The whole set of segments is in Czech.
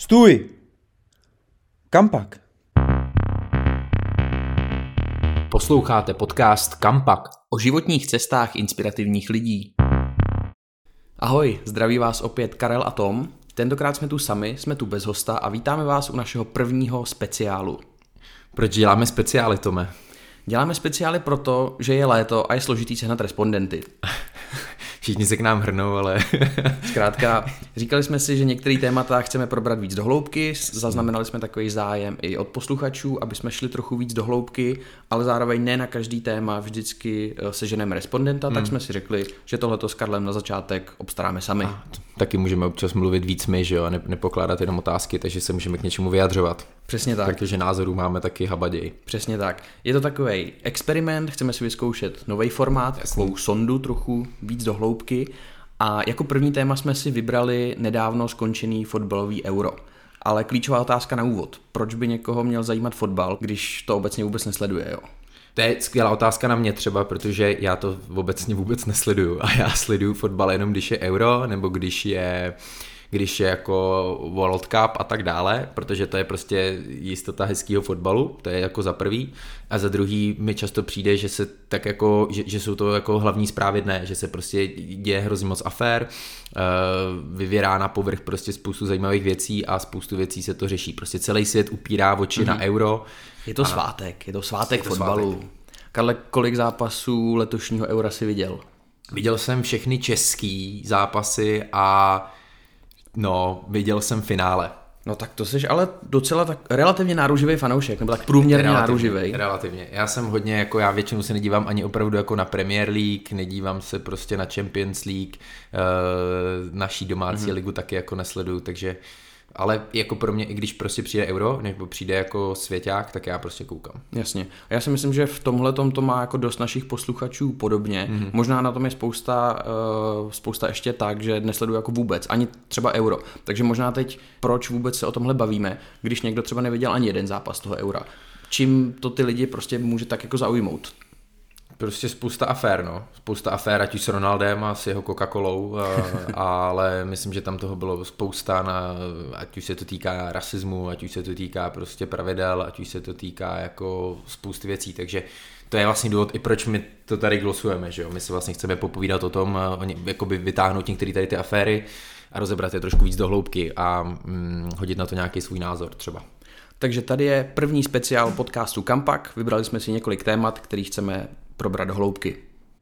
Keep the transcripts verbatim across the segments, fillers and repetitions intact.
Stůj! Kampak? Posloucháte podcast Kampak o životních cestách inspirativních lidí. Ahoj, zdraví vás opět Karel a Tom. Tentokrát jsme tu sami, jsme tu bez hosta a vítáme vás u našeho prvního speciálu. Proč děláme speciály, Tome? Děláme speciály proto, že je léto a je složitý sehnat respondenty. Všichni se k nám hrnou, ale... Zkrátka, říkali jsme si, že některé témata chceme probrat víc do hloubky, zaznamenali jsme takový zájem i od posluchačů, aby jsme šli trochu víc do hloubky, ale zároveň ne na každý téma vždycky seženeme respondenta, hmm. tak jsme si řekli, že tohleto s Karlem na začátek obstaráme sami. A taky můžeme občas mluvit víc my, že jo, ne, nepokládat jenom otázky, takže se můžeme k něčemu vyjadřovat. Přesně tak. Protože názorů máme taky habaděj. Přesně tak. Je to takový experiment, chceme si vyzkoušet nový formát, takovou sondu trochu víc do hloubky. A jako první téma jsme si vybrali nedávno skončený fotbalový Euro. Ale klíčová otázka na úvod. Proč by někoho měl zajímat fotbal, když to obecně vůbec nesleduje, jo? To je skvělá otázka na mě třeba, protože já to obecně vůbec nesleduju. A já sleduju fotbal jenom když je Euro, nebo když je... když je jako World Cup a tak dále, protože to je prostě jistota hezkýho fotbalu, to je jako za prvý. A za druhý mi často přijde, že se tak jako, že, že jsou to jako hlavní zprávy dne, že se prostě děje hrozně moc afér, vyvěrá na povrch prostě spoustu zajímavých věcí a spoustu věcí se to řeší. Prostě celý svět upírá oči mm-hmm. na Euro. Je to a svátek, je to svátek je to fotbalu. Svátek. Karle, kolik zápasů letošního Eura si viděl? Viděl jsem všechny český zápasy a no, viděl jsem finále. No tak to jsi ale docela tak relativně náruživý fanoušek, nebo tak průměrně náruživý. Relativně. Já jsem hodně, jako já většinou se nedívám ani opravdu jako na Premier League, nedívám se prostě na Champions League, naší domácí mm-hmm. ligu taky jako nesleduju, takže ale jako pro mě, i když prostě přijde Euro, nebo přijde jako svěťák, tak já prostě koukám. Jasně. A já si myslím, že v tomhletom to má jako dost našich posluchačů podobně. Mm-hmm. Možná na tom je spousta, uh, spousta ještě tak, že nesledují jako vůbec, ani třeba Euro. Takže možná teď, proč vůbec se o tomhle bavíme, když někdo třeba neviděl ani jeden zápas toho Eura. Čím to ty lidi prostě může tak jako zaujmout? Prostě spousta afér, no. Spousta afér, ať už s Ronaldem a s jeho Coca-Colou, ale myslím, že tam toho bylo spousta, na, ať už se to týká rasismu, ať už se to týká prostě pravidel, ať už se to týká jako spousty věcí, takže to je vlastně důvod, i proč my to tady glosujeme, že jo. My se vlastně chceme popovídat o tom, jakoby vytáhnout některé tady ty aféry a rozebrat je trošku víc do hloubky a hm, hodit na to nějaký svůj názor třeba. Takže tady je první speciál podcastu Kampak. Vybrali jsme si několik témat, který chceme probrat do hloubky.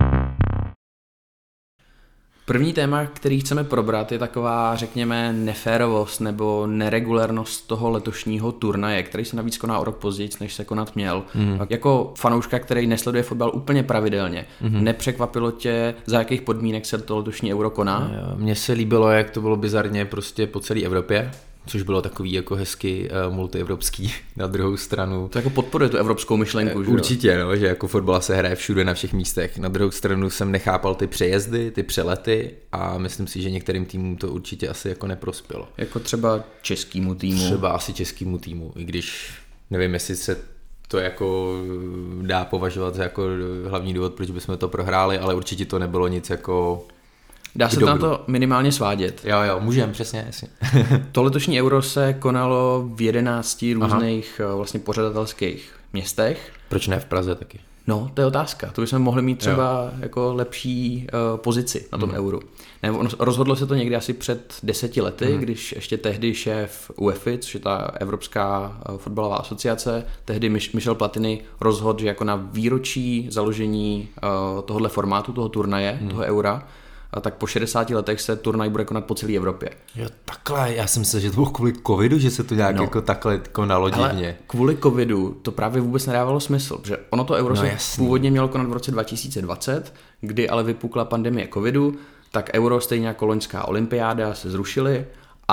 První téma, který chceme probrat, je taková, řekněme, neférovost nebo neregulérnost toho letošního turnaje, který se navíc koná o rok později, než se konat měl. Mm. Jako fanouška, který nesleduje fotbal úplně pravidelně, mm. nepřekvapilo tě, za jakých podmínek se to letošní Euro koná? Mně se líbilo, jak to bylo bizarně prostě po celé Evropě. Což bylo takový jako hezky uh, multievropský na druhou stranu. To jako podporuje tu evropskou myšlenku, že jo? Určitě, no, že jako fotbal se hraje všude na všech místech. Na druhou stranu jsem nechápal ty přejezdy, ty přelety a myslím si, že některým týmům to určitě asi jako neprospělo. Jako třeba českýmu týmu. Třeba asi českýmu týmu, i když nevím, jestli se to jako dá považovat za jako hlavní důvod, proč bychom to prohráli, ale určitě to nebylo nic jako... Dá se tam to minimálně svádět. Jo, jo, můžem, přesně, jasně. To letošní Euro se konalo v jedenácti různých Aha. vlastně pořadatelských městech. Proč ne v Praze taky? No, to je otázka. To bychom mohli mít třeba jo. jako lepší uh, pozici na tom mm. Euru. Ne, rozhodlo se to někdy asi před deseti lety, mm. když ještě tehdy šéf UEFA, což je ta Evropská fotbalová asociace, tehdy Michel Platini rozhodl, že jako na výročí založení uh, tohohle formátu, toho turnaje, mm. toho Eura, a tak po šedesáti letech se turnaj bude konat po celé Evropě. Jo, takhle, já jsem myslel, že to bylo kvůli covidu, že se to nějak no. jako takhle konalo divně. Ale kvůli covidu to právě vůbec nedávalo smysl, že ono to Euro no, se jasný. původně mělo konat v roce dva tisíce dvacet, kdy ale vypukla pandemie covidu, tak Euro stejně jako loňská olympiáda se zrušily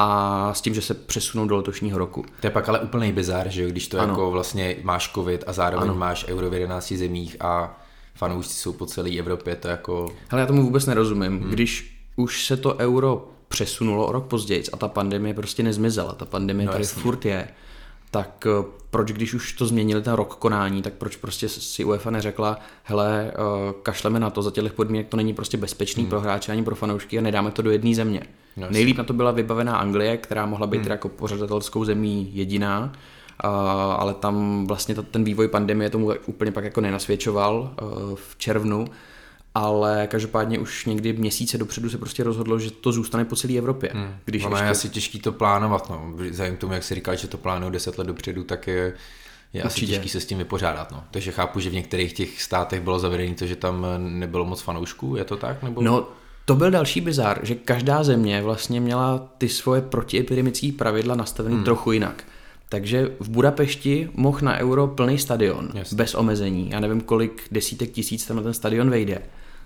a s tím, že se přesunou do letošního roku. To je pak ale úplný bizár, že jo, když to ano. jako vlastně máš covid a zároveň ano. máš Euro v jedenácti zemích a fanoušci jsou po celé Evropě, to jako... Hele, já tomu vůbec nerozumím. Hmm. Když už se to Euro přesunulo o rok později a ta pandemie prostě nezmizela, ta pandemie no, tady jasný. furt je, tak proč, když už to změnili ten rok konání, tak proč prostě si UEFA neřekla, hele, kašleme na to, za těchto podmínek to není prostě bezpečný hmm. pro hráče ani pro fanoušky a nedáme to do jedné země. No, nejlíp na to byla vybavená Anglie, která mohla být hmm. jako pořadatelskou zemí jediná, uh, ale tam vlastně to, ten vývoj pandemie tomu úplně pak jako nenasvědčoval uh, v červnu, ale každopádně už někdy měsíce dopředu se prostě rozhodlo, že to zůstane po celé Evropě. Hmm. Když ono ještě... je asi těžký to plánovat, no. Vzhledem k tomu, jak si říkal, že to plánují deset let dopředu, tak je, je asi těžký se s tím vypořádat. No. Takže chápu, že v některých těch státech bylo zavedení to, že tam nebylo moc fanoušků, je to tak? Nebo... No, to byl další bizár, že každá země vlastně měla ty svoje protiepidemické pravidla nastavené hmm. trochu jinak. Takže v Budapešti mohl na Euro plný stadion, Jasně. bez omezení. Já nevím, kolik desítek tisíc tam na ten stadion vejde.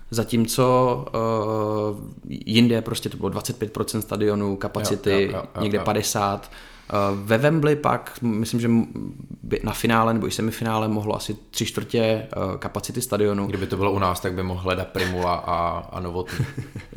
Zatímco uh, jinde prostě to bylo dvacet pět procent stadionu, kapacity, jo, jo, jo, jo, někde padesát procent. Uh, ve Wembley pak, myslím, že na finále nebo i semifinále mohlo asi tři čtvrtě uh, kapacity stadionu. Kdyby to bylo u nás, tak by mohl hledat Primula a, a Novotný.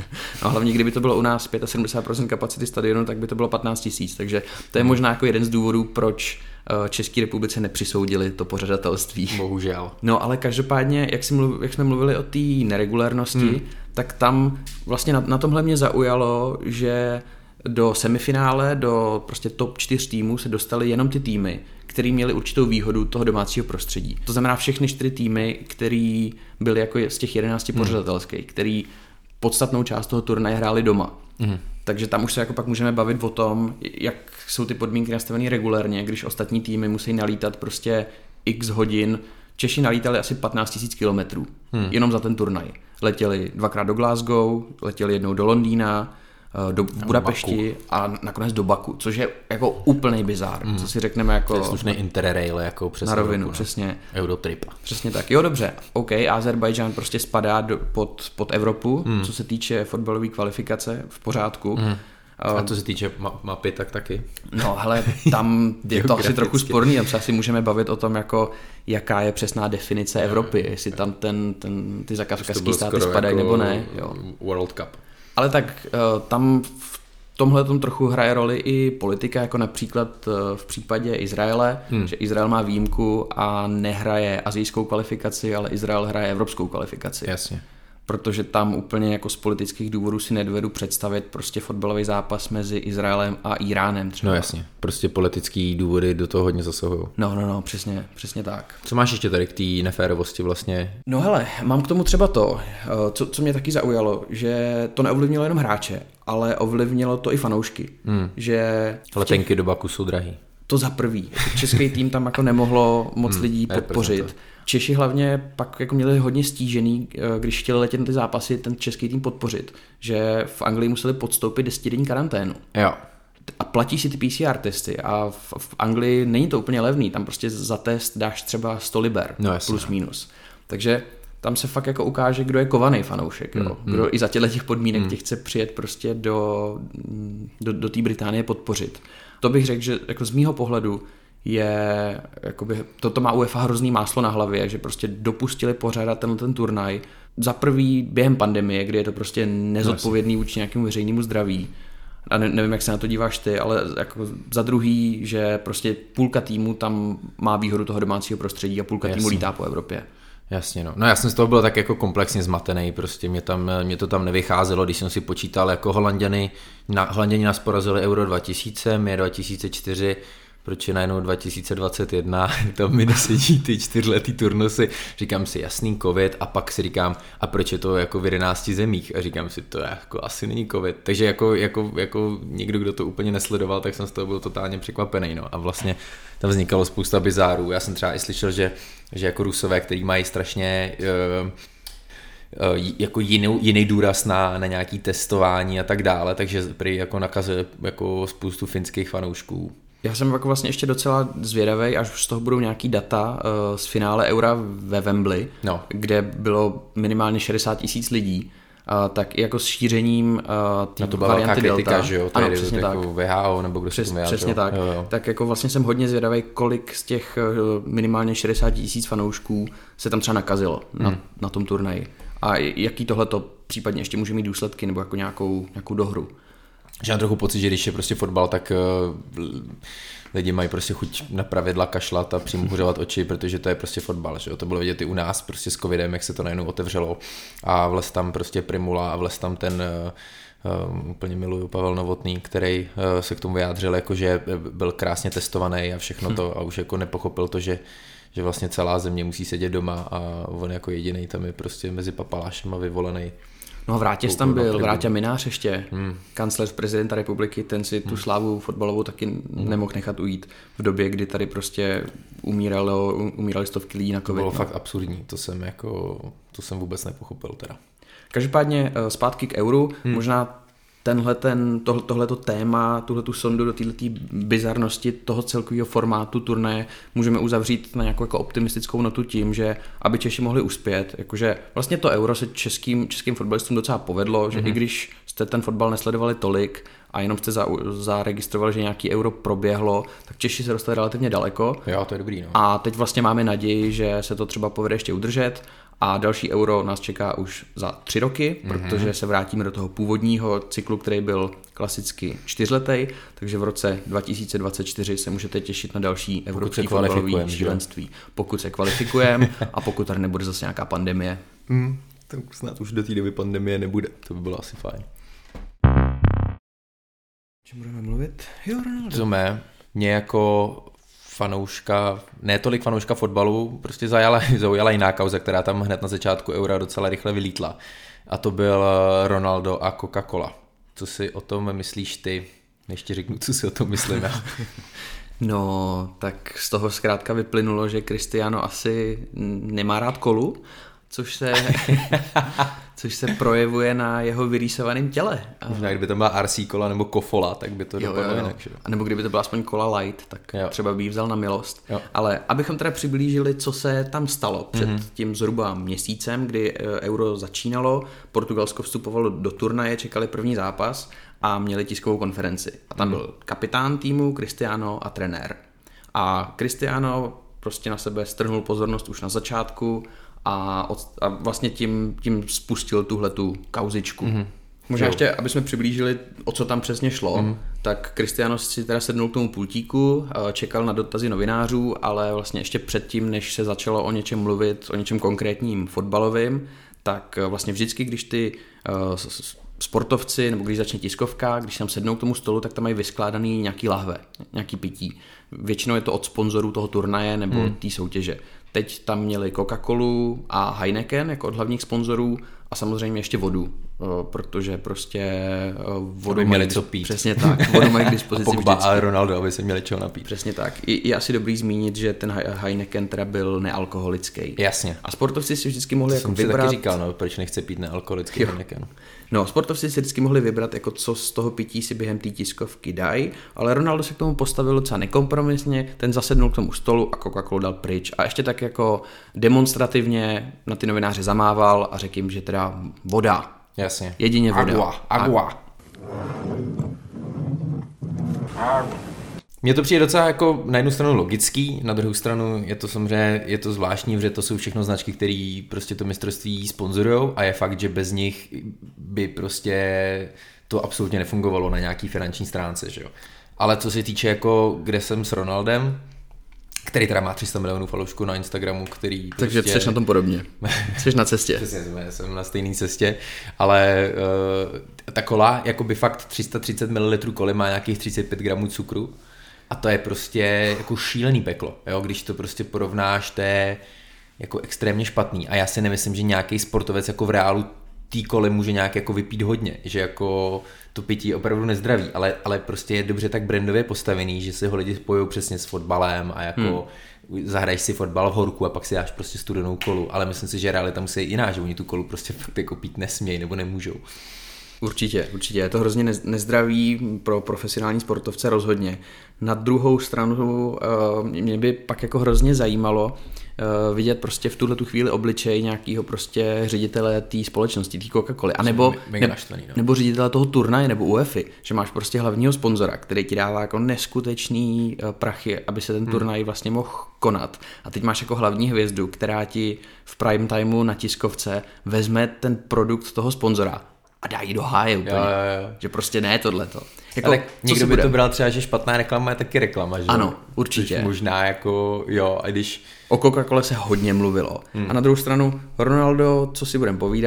No hlavně kdyby to bylo u nás sedmdesát pět procent kapacity stadionu, tak by to bylo patnáct tisíc. Takže to je hmm. možná jako jeden z důvodů, proč uh, České republice nepřisoudili to pořadatelství. Bohužel. No ale každopádně, jak, mluv, jak jsme mluvili o té neregulérnosti, hmm. tak tam vlastně na, na tomhle mě zaujalo, že do semifinále, do prostě top čtyř týmů se dostaly jenom ty týmy, který měli určitou výhodu toho domácího prostředí. To znamená všechny čtyři týmy, který byly jako z těch jedenácti hmm. pořadatelských, který podstatnou část toho turnaje hráli doma. Hmm. Takže tam už se jako pak můžeme bavit o tom, jak jsou ty podmínky nastavené regulérně, když ostatní týmy musí nalítat prostě x hodin. Češi nalítali asi patnáct tisíc kilometrů, hmm. jenom za ten turnaj. Letěli dvakrát do Glasgow, letěli jednou do Londýna, do Budapešti a nakonec do Baku, což je jako úplný bizár, mm. co si řekneme jako... To je slušný interrail jako přes na rovinu, Evropu, přesně. Eurotrip. Přesně tak. Jo, dobře, OK, Azerbajdžán prostě spadá do, pod, pod Evropu, mm. co se týče fotbalové kvalifikace, v pořádku. Mm. A co se týče ma- mapy, tak taky. No hele, tam je to asi trochu sporný, tam se asi můžeme bavit o tom, jako jaká je přesná definice Evropy, jestli tam ten, ten, ty zakavkazský státy spadají jako nebo ne. Jo. World Cup. Ale tak tam v tomhle tom trochu hraje roli i politika, jako například v případě Izraele, hmm. že Izrael má výjimku a nehraje asijskou kvalifikaci, ale Izrael hraje evropskou kvalifikaci. Jasně. Protože tam úplně jako z politických důvodů si nedovedu představit prostě fotbalový zápas mezi Izraelem a Iránem třeba. No jasně, prostě politický důvody do toho hodně zasahují. No, no, no, přesně, přesně tak. Co máš ještě tady k té neférovosti vlastně? No hele, mám k tomu třeba to, co, co mě taky zaujalo, že to neovlivnilo jenom hráče, ale ovlivnilo to i fanoušky. Hmm. Že letenky těch... do Baku jsou drahý. To za prvý. Český tým tam jako nemohlo moc hmm, lidí podpořit. Češi hlavně pak jako měli hodně stížený, když chtěli letět na ty zápasy, ten český tým podpořit, že v Anglii museli podstoupit desetidenní karanténu. Jo. A platí si ty P C R testy a v, v Anglii není to úplně levný, tam prostě za test dáš třeba sto liber, no plus minus. Takže tam se fakt jako ukáže, kdo je kovaný fanoušek, jo? Mm, kdo mm. i za těchto těch podmínek mm. tě chce přijet prostě do, do, do té Británie podpořit. To bych řekl, že jako z mýho pohledu je, jakoby, toto má UEFA hrozný máslo na hlavě, že prostě dopustili pořádat ten, ten turnaj. Za prvý během pandemie, kdy je to prostě nezodpovědný vůči nějakému veřejnému zdraví. A ne, nevím, jak se na to díváš ty, ale jako za druhý, že prostě půlka týmu tam má výhodu toho domácího prostředí a půlka Jasně. týmu lítá po Evropě. Jasně, no. No já jsem z toho byl tak jako komplexně zmatený, prostě mě, tam, mě to tam nevycházelo, když jsem si počítal jako Holanděny, na, Holanděni nás porazili Euro dva tisíce, my dva tisíce čtyři, proč je najednou dva tisíce dvacet jedna, tam mi nesedí ty čtyřletý turnusy, říkám si jasný covid a pak si říkám, a proč je to jako v jedenácti zemích a říkám si, to jako asi není covid, takže jako, jako, jako někdo, kdo to úplně nesledoval, tak jsem z toho byl totálně překvapený, no a vlastně tam vznikalo spousta bizárů, já jsem třeba i slyšel, že, že jako Rusové, který mají strašně uh, jako jiný, jiný důraz na, na nějaký testování a tak dále, takže prý jako nakazuje jako spoustu finských fanoušků. Já jsem jako vlastně ještě docela zvědavej, až už z toho budou nějaký data uh, z finále Eura ve Wembley, no. kde bylo minimálně šedesát tisíc lidí, uh, tak i jako s šířením uh, té varianty kritika, Delta. Že jo? Ano, přesně tak. V H O nebo kdo Přes, se tomu Přesně tak. Jo, jo. Tak jako vlastně jsem hodně zvědavej, kolik z těch uh, minimálně šedesát tisíc fanoušků se tam třeba nakazilo hmm. na, na tom turnaji. A jaký tohleto případně ještě může mít důsledky nebo jako nějakou, nějakou dohru. Že mám trochu pocit, že když je prostě fotbal, tak uh, lidi mají prostě chuť na pravidla kašlat a přimuřovat oči, protože to je prostě fotbal, že jo? To bylo vidět i u nás prostě s covidem, jak se to najednou otevřelo a vlez tam prostě Primula a vlez tam ten uh, Um, úplně miluju Pavel Novotný, který uh, se k tomu vyjádřil, jako že byl krásně testovaný a všechno to a už jako nepochopil to, že, že vlastně celá země musí sedět doma a on jako jedinej tam je prostě mezi papalášem a vyvolený. No a Vrátěs tam byl, Vráťa Minář ještě, hmm. kancléř prezidenta republiky, ten si tu slávu fotbalovou taky hmm. nemohl nechat ujít v době, kdy tady prostě umíralo, umírali stovky lidí na covid. To bylo no. fakt absurdní, to jsem jako, to jsem vůbec nepochopil teda. Každopádně zpátky k euru, hmm. možná tenhle ten, tohle, tohleto téma, tuhletu sondu do této bizarnosti toho celkového formátu turnaje můžeme uzavřít na nějakou jako optimistickou notu tím, že aby Češi mohli uspět, jakože vlastně to euro se českým, českým fotbalistům docela povedlo, že mm-hmm. i když jste ten fotbal nesledovali tolik a jenom jste za, zaregistrovali, že nějaký euro proběhlo, tak Češi se dostali relativně daleko. Jo, to je dobrý, no. A teď vlastně máme naději, že se to třeba povede ještě udržet. A další euro nás čeká už za tři roky, mm-hmm. protože se vrátíme do toho původního cyklu, který byl klasicky čtyřletý, takže v roce dva tisíce dvacet čtyři se můžete těšit na další evropský fotbalový šílenství. Pokud se kvalifikujeme a pokud tady nebude zase nějaká pandemie. Mm, tak snad už do té doby pandemie nebude, to by bylo asi fajn. Čím budeme mluvit? Jo, Ronaldo. Co mé, mě jako fanouška, ne tolik fanouška fotbalu, prostě zaujala, zaujala jiná kauza, která tam hned na začátku eura docela rychle vylítla. A to byl Ronaldo a Coca-Cola. Co si o tom myslíš ty? Než ti řeknu, co si o tom myslím já. No, tak z toho zkrátka vyplynulo, že Cristiano asi nemá rád kolu, což se, což se projevuje na jeho vyrýsovaném těle. Možná kdyby to byla R C kola nebo Kofola, tak by to dopadlo jinak. A nebo kdyby to byla aspoň kola light, tak jo. třeba by ji vzal na milost. Jo. Ale abychom teda přiblížili, co se tam stalo před mm-hmm. tím zhruba měsícem, kdy euro začínalo, Portugalsko vstupovalo do turnaje, čekali první zápas a měli tiskovou konferenci. A tam mm. byl kapitán týmu, Cristiano a trenér. A Cristiano prostě na sebe strhnul pozornost už na začátku a, od, a vlastně tím, tím spustil tuhletu kauzičku. Mm-hmm. Možná jo. ještě, aby jsme přiblížili, o co tam přesně šlo, mm. tak Cristiano si teda sednul k tomu pultíku, čekal na dotazy novinářů, ale vlastně ještě předtím, než se začalo o něčem mluvit, o něčem konkrétním fotbalovým, tak vlastně vždycky, když ty uh, sportovci, nebo když začne tiskovka, když tam sednou k tomu stolu, tak tam mají vyskládaný nějaký lahve, nějaký pití. Většinou je to od sponzorů toho turnaje nebo hmm. té soutěže. Teď tam měli Coca-Colu a Heineken jako od hlavních sponzorů a samozřejmě ještě vodu, protože prostě vodu měli co pít. Přesně tak, vodu mají k dispozici a Pogba a Ronaldo, aby se měli čeho napít. Přesně tak. Je asi dobrý zmínit, že ten Heineken teda byl nealkoholický. Jasně. A sportovci si vždycky mohli to jako jsem vybrat. Si taky říkal, no, proč nechce pít nealkoholický Heineken. No, sportovci si vždycky mohli vybrat, jako co z toho pití si během té tiskovky dají, ale Ronaldo se k tomu postavil docela nekompromisně, ten zasednul k tomu stolu a Coca-Colu dal pryč. A ještě tak jako demonstrativně na ty novináře zamával a řekl jim, že teda voda. Jasně. Jedině voda. Agua, agua. Mně to přijde docela jako na jednu stranu logický, na druhou stranu je to samozřejmě, je to zvláštní, protože to jsou všechno značky, které prostě to mistrovství sponzorujou a je fakt, že bez nich by prostě to absolutně nefungovalo na nějaký finanční stránce, že jo. Ale co se týče jako, kde jsem s Ronaldem, který teda má tři sta milionů fanoušků na Instagramu, který takže prostě... jsi na tom podobně, jsi na cestě. Přesně, jsem na stejné cestě, ale uh, ta kola, jako by fakt tři sta třicet mililitrů koly má nějakých třicet pět gramů cukru a to je prostě jako šílený peklo, jo? Když to prostě porovnáš, to je jako extrémně špatný a já si nemyslím, že nějaký sportovec jako v reálu tý koly může nějak jako vypít hodně, že jako to pití je opravdu nezdravý, ale, ale prostě je dobře tak brandově postavený, že si ho lidi spojou přesně s fotbalem a jako hmm. zahraješ si fotbal v horku a pak si dáš prostě studenou kolu, ale myslím si, že realita musí být jiná, že oni tu kolu prostě fakt jako pít nesmějí nebo nemůžou. Určitě, určitě. Je to hrozně nezdravý pro profesionální sportovce rozhodně. Na druhou stranu mě by pak jako hrozně zajímalo vidět prostě v tuhle tu chvíli obličej nějakého prostě ředitele té společnosti, té Coca-Coly, a nebo, mega naštvaný, no. nebo ředitele toho turnaje nebo UEFA, že máš prostě hlavního sponzora, který ti dává jako neskutečný prachy, aby se ten hmm. turnaj vlastně mohl konat. A teď máš jako hlavní hvězdu, která ti v prime timeu na tiskovce vezme ten produkt toho sponzora a dá ji do háje úplně. Jo, jo, jo. Že prostě ne tohleto. Jako, ale někdo by bude? To bral třeba, že špatná reklama je taky reklama, že? Ano, určitě. Což možná jako, jo, a když... O Coca-Cole se hodně mluvilo. Hmm. A na druhou stranu Ronaldo, co si budeme povídat,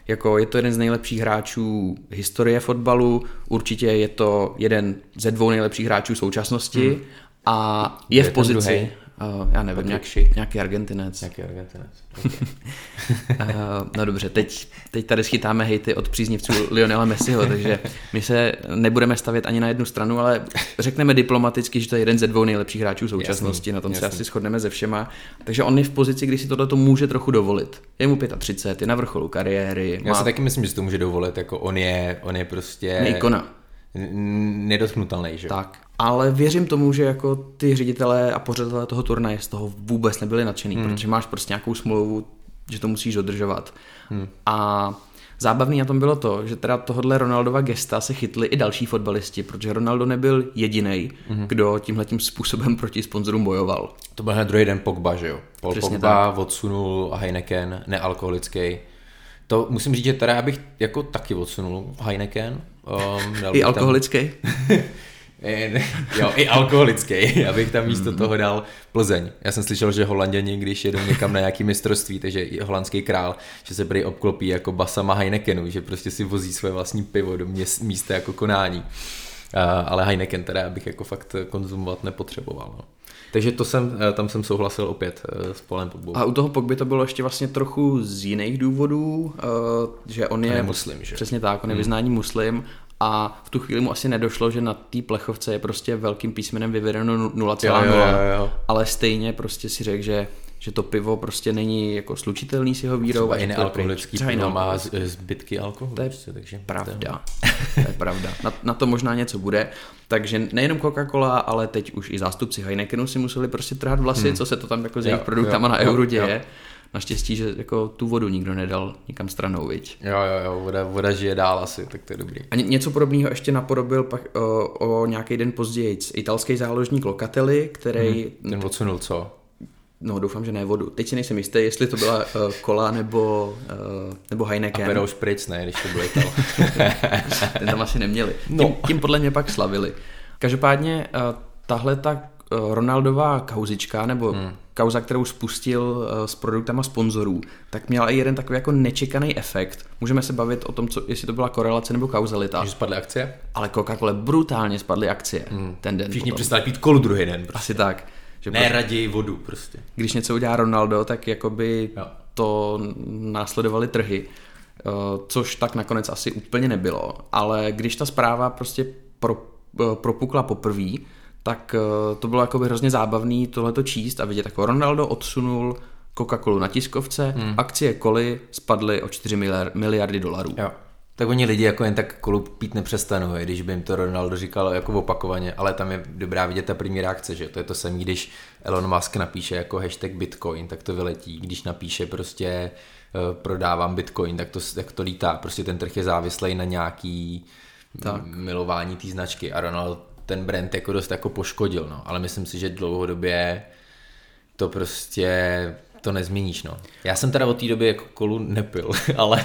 jako je to jeden z nejlepších hráčů historie fotbalu, určitě je to jeden ze dvou nejlepších hráčů současnosti hmm. a je, je v pozici, uh, já nevím, nějaký, nějaký Argentinec. Nějaký Argentinec, okay. uh, no dobře, teď, teď tady schytáme hejty od příznivců Lionela Messiho, takže my se nebudeme stavět ani na jednu stranu, ale řekneme diplomaticky, že to je jeden ze dvou nejlepších hráčů současnosti, jasný, na tom jasný. Se asi shodneme se všema. Takže on je v pozici, kdy si tohleto může trochu dovolit. Je mu třicet pět, je na vrcholu kariéry. Já má... si taky myslím, že si to může dovolit, jako on je, on je prostě... Ikona. Nedotknutelný, že? Tak, ale věřím tomu, že jako ty ředitelé a pořadatelé toho turnaje z toho vůbec nebyli nadšený, hmm. protože máš prostě nějakou smlouvu, že to musíš dodržovat. Hmm. A zábavný na tom bylo to, že teda tohodle Ronaldova gesta se chytli i další fotbalisti, protože Ronaldo nebyl jedinej, hmm. kdo tímhletím způsobem proti sponzorům bojoval. To byl hned druhý den Pogba, že jo? Paul Přesně Pogba tak. odsunul Heineken, nealkoholický. To musím říct, že teda já bych jako taky odsunul Heineken. Um, I alkoholický? Jo, i alkoholický. Já bych tam místo mm. toho dal Plzeň. Já jsem slyšel, že Holanděni, když jedou někam na nějaký mistrovství, takže i holandský král, že se prý obklopí jako basama Heinekenu, že prostě si vozí své vlastní pivo do měst, místa jako konání. Uh, ale Heineken teda já bych jako fakt konzumovat nepotřeboval. No. Takže to jsem, tam jsem souhlasil opět s Paulem Pogbou. A u toho Pogby to bylo ještě vlastně trochu z jiných důvodů, že on je, je muslim, že? Přesně tak, on je vyznání muslim a v tu chvíli mu asi nedošlo, že na té plechovce je prostě velkým písmenem vyvedeno nula celá nula, ale stejně prostě si řekl, že že to pivo prostě není jako slučitelný s jeho vírou. Třeba i nealkoholický pivo má zbytky alkoholu. To je prostě, takže pravda. To je pravda. Na, na to možná něco bude. Takže nejenom Coca-Cola, ale teď už i zástupci Heinekenu si museli prostě trhat vlasy, hmm. co se to tam jako s jejich produktama jo, na euro děje. Jo. Naštěstí, že jako tu vodu nikdo nedal nikam stranou, viď? Jo, jo, jo, voda, voda žije dál asi, tak to je dobrý. A něco podobného ještě napodobil pak o, o nějaký den později italský záložník Locatelli, který... Hmm. Ten odsunul co? No, doufám, že ne vodu. Teď si nejsem jistý, jestli to byla uh, kola nebo, uh, nebo Heineken. A Perou špric, ne, když to bylo Ital. Ten tam asi neměli. No. Tím, tím podle mě pak slavili. Každopádně uh, tahle ta uh, Ronaldová kauzička, nebo hmm. kauza, kterou spustil uh, s produktama sponzorů, tak měla i jeden takový jako nečekaný efekt. Můžeme se bavit o tom, co, jestli to byla korelace nebo kauzalita. Že spadly akcie? Ale Coca-Cola brutálně spadly akcie hmm. ten den. Všichni přestali pít kolu druhý den. Prostě. Asi tak. Že ne, raději vodu prostě. Když něco udělá Ronaldo, tak jakoby jo. to následovaly trhy, což tak nakonec asi úplně nebylo. Ale když ta zpráva prostě pro, propukla poprvé, tak to bylo jakoby hrozně zábavný tohleto číst a vidět, jako Ronaldo odsunul Coca-Colu na tiskovce, hmm. akcie koly spadly o čtyři miliardy dolarů. Jo. Tak oni lidi jako jen tak kolu pít nepřestanou, když by jim to Ronaldo říkal jako opakovaně, ale tam je dobrá vidět ta první reakce, že to je to samé, když Elon Musk napíše jako hashtag Bitcoin, tak to vyletí, když napíše prostě uh, prodávám Bitcoin, tak to, tak to lítá, prostě ten trh je závislý na nějaký tak. milování té značky a Ronaldo ten brand jako dost jako poškodil, no, ale myslím si, že dlouhodobě to prostě to nezměníš, no. Já jsem teda od té doby jako kolu nepil, ale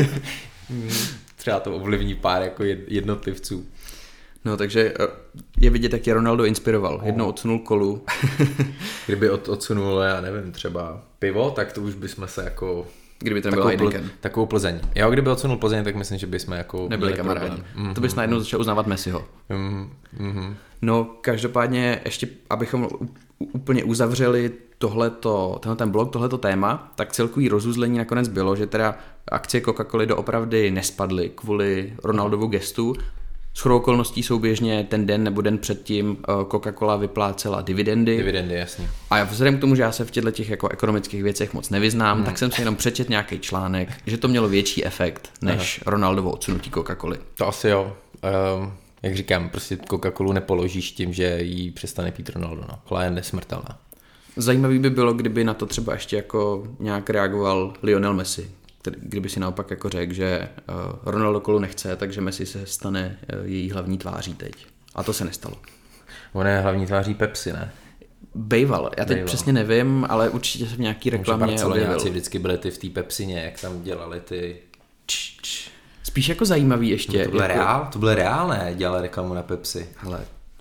třeba to ovlivní pár jako jednotlivců. No, takže je vidět, jak je Ronaldo inspiroval. Jednou odsunul kolu. Kdyby od, odsunul, já nevím, třeba pivo, tak to už bychom se jako... Kdyby to nebyl Heineken. Takovou Plzeň. Jo, kdyby odsunul Plzeň, tak myslím, že bychom jako... Nebyli kamarádi. Mm-hmm. To bys najednou začal uznávat Messiho. Mm-hmm. No, každopádně ještě, abychom úplně uzavřeli tohleto, tenhle ten blog, tohleto téma, tak celkový rozuzlení nakonec bylo, že teda akcie Coca-Coly doopravdy nespadly kvůli Ronaldovu gestu. Shodou okolností souběžně ten den nebo den předtím Coca-Cola vyplácela dividendy. Dividendy, jasně. A vzhledem k tomu, že já se v těchto těch jako ekonomických věcech moc nevyznám, hmm. tak jsem si jenom přečet nějaký článek, že to mělo větší efekt než Aha. Ronaldovo odsunutí Coca-Coly. To asi jo. Um, jak říkám, prostě Coca-Colu nepoložíš tím, že jí přestane pít Ronaldo. No. Kola je nesmrtelná. Zajímavý by bylo, kdyby na to třeba ještě jako nějak reagoval Lionel Messi. Kdyby si naopak jako řekl, že Ronaldo kolu nechce, takže Messi se stane její hlavní tváří teď. A to se nestalo. On je hlavní tváří Pepsi, ne? Bejval. Já teď Bejval. Přesně nevím, ale určitě se v nějaký reklamě objevil. Vždycky byly ty v té Pepsině, jak tam dělali ty... Č, č. Spíš jako zajímavý ještě. To bylo jako... reál? To bylo reálné, dělali reklamu na Pepsi. Hele,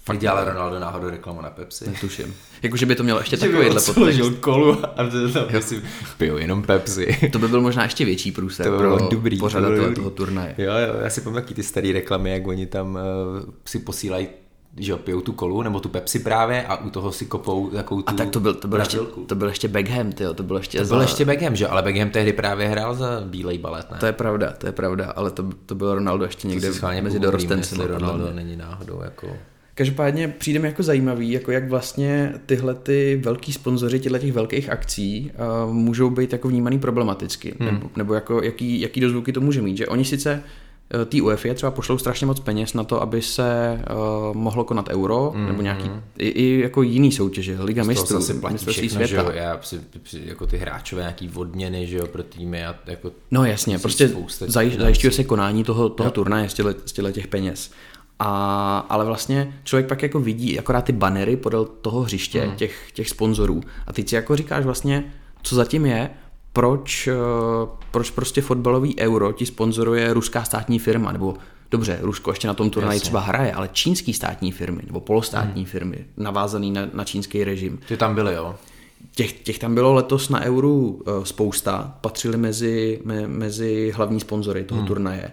Fakt dělal Ronaldo náhodou reklamu na Pepsi? Netuším. Jakože by to mělo ještě takovýhle podtext. Že by kolu a tam si piju jenom Pepsi. To by byl možná ještě větší průser to pro dobrý, pořadatele to toho turnaje. Jo, jo, já si pamatuju ty staré reklamy, jak oni tam uh, si posílají, že jo, pijou tu kolu, nebo tu Pepsi právě a u toho si kopou takovou tu A tak to byl, to byl, ještě, to byl ještě Beckham, tyjo, to byl ještě To za... byl ještě Beckham, že? Ale Beckham tehdy právě hrál za bílej balet, ne? To je pravda, to je pravda, ale to, to byl Ronaldo ještě někde mezi dorostencem. Ronaldo není náhodou jako... Každopádně přijde mi jako zajímavý, jako jak vlastně tyhle ty velký sponzoři těchto těch velkých akcí uh, můžou být jako vnímaný problematicky, hmm. nebo, nebo jako jaký, jaký dozvuky to může mít, že oni sice té UEFA třeba pošlou strašně moc peněz na to, aby se uh, mohlo konat Euro, mm, nebo nějaký mm. i, i jako jiný soutěže, Liga mistrů, mistrovství světa. Že já si, jako ty hráčové nějaký odměny, že jo, pro týmy a jako... No jasně, prostě zaj, zajišťuje se konání toho, toho turnaje z těchto těch peněz. A, ale vlastně člověk pak jako vidí akorát ty banery podél toho hřiště mm. těch, těch sponzorů a ty si jako říkáš vlastně, co zatím je, proč, proč prostě fotbalový Euro ti sponzoruje ruská státní firma, nebo dobře, Rusko ještě na tom turnaji třeba hraje, ale čínský státní firmy, nebo polostátní hmm. firmy, navázaný na, na čínský režim. Ty tam byly, jo? Těch, těch tam bylo letos na Euru spousta, patřili mezi, me, mezi hlavní sponzory toho hmm. turnaje.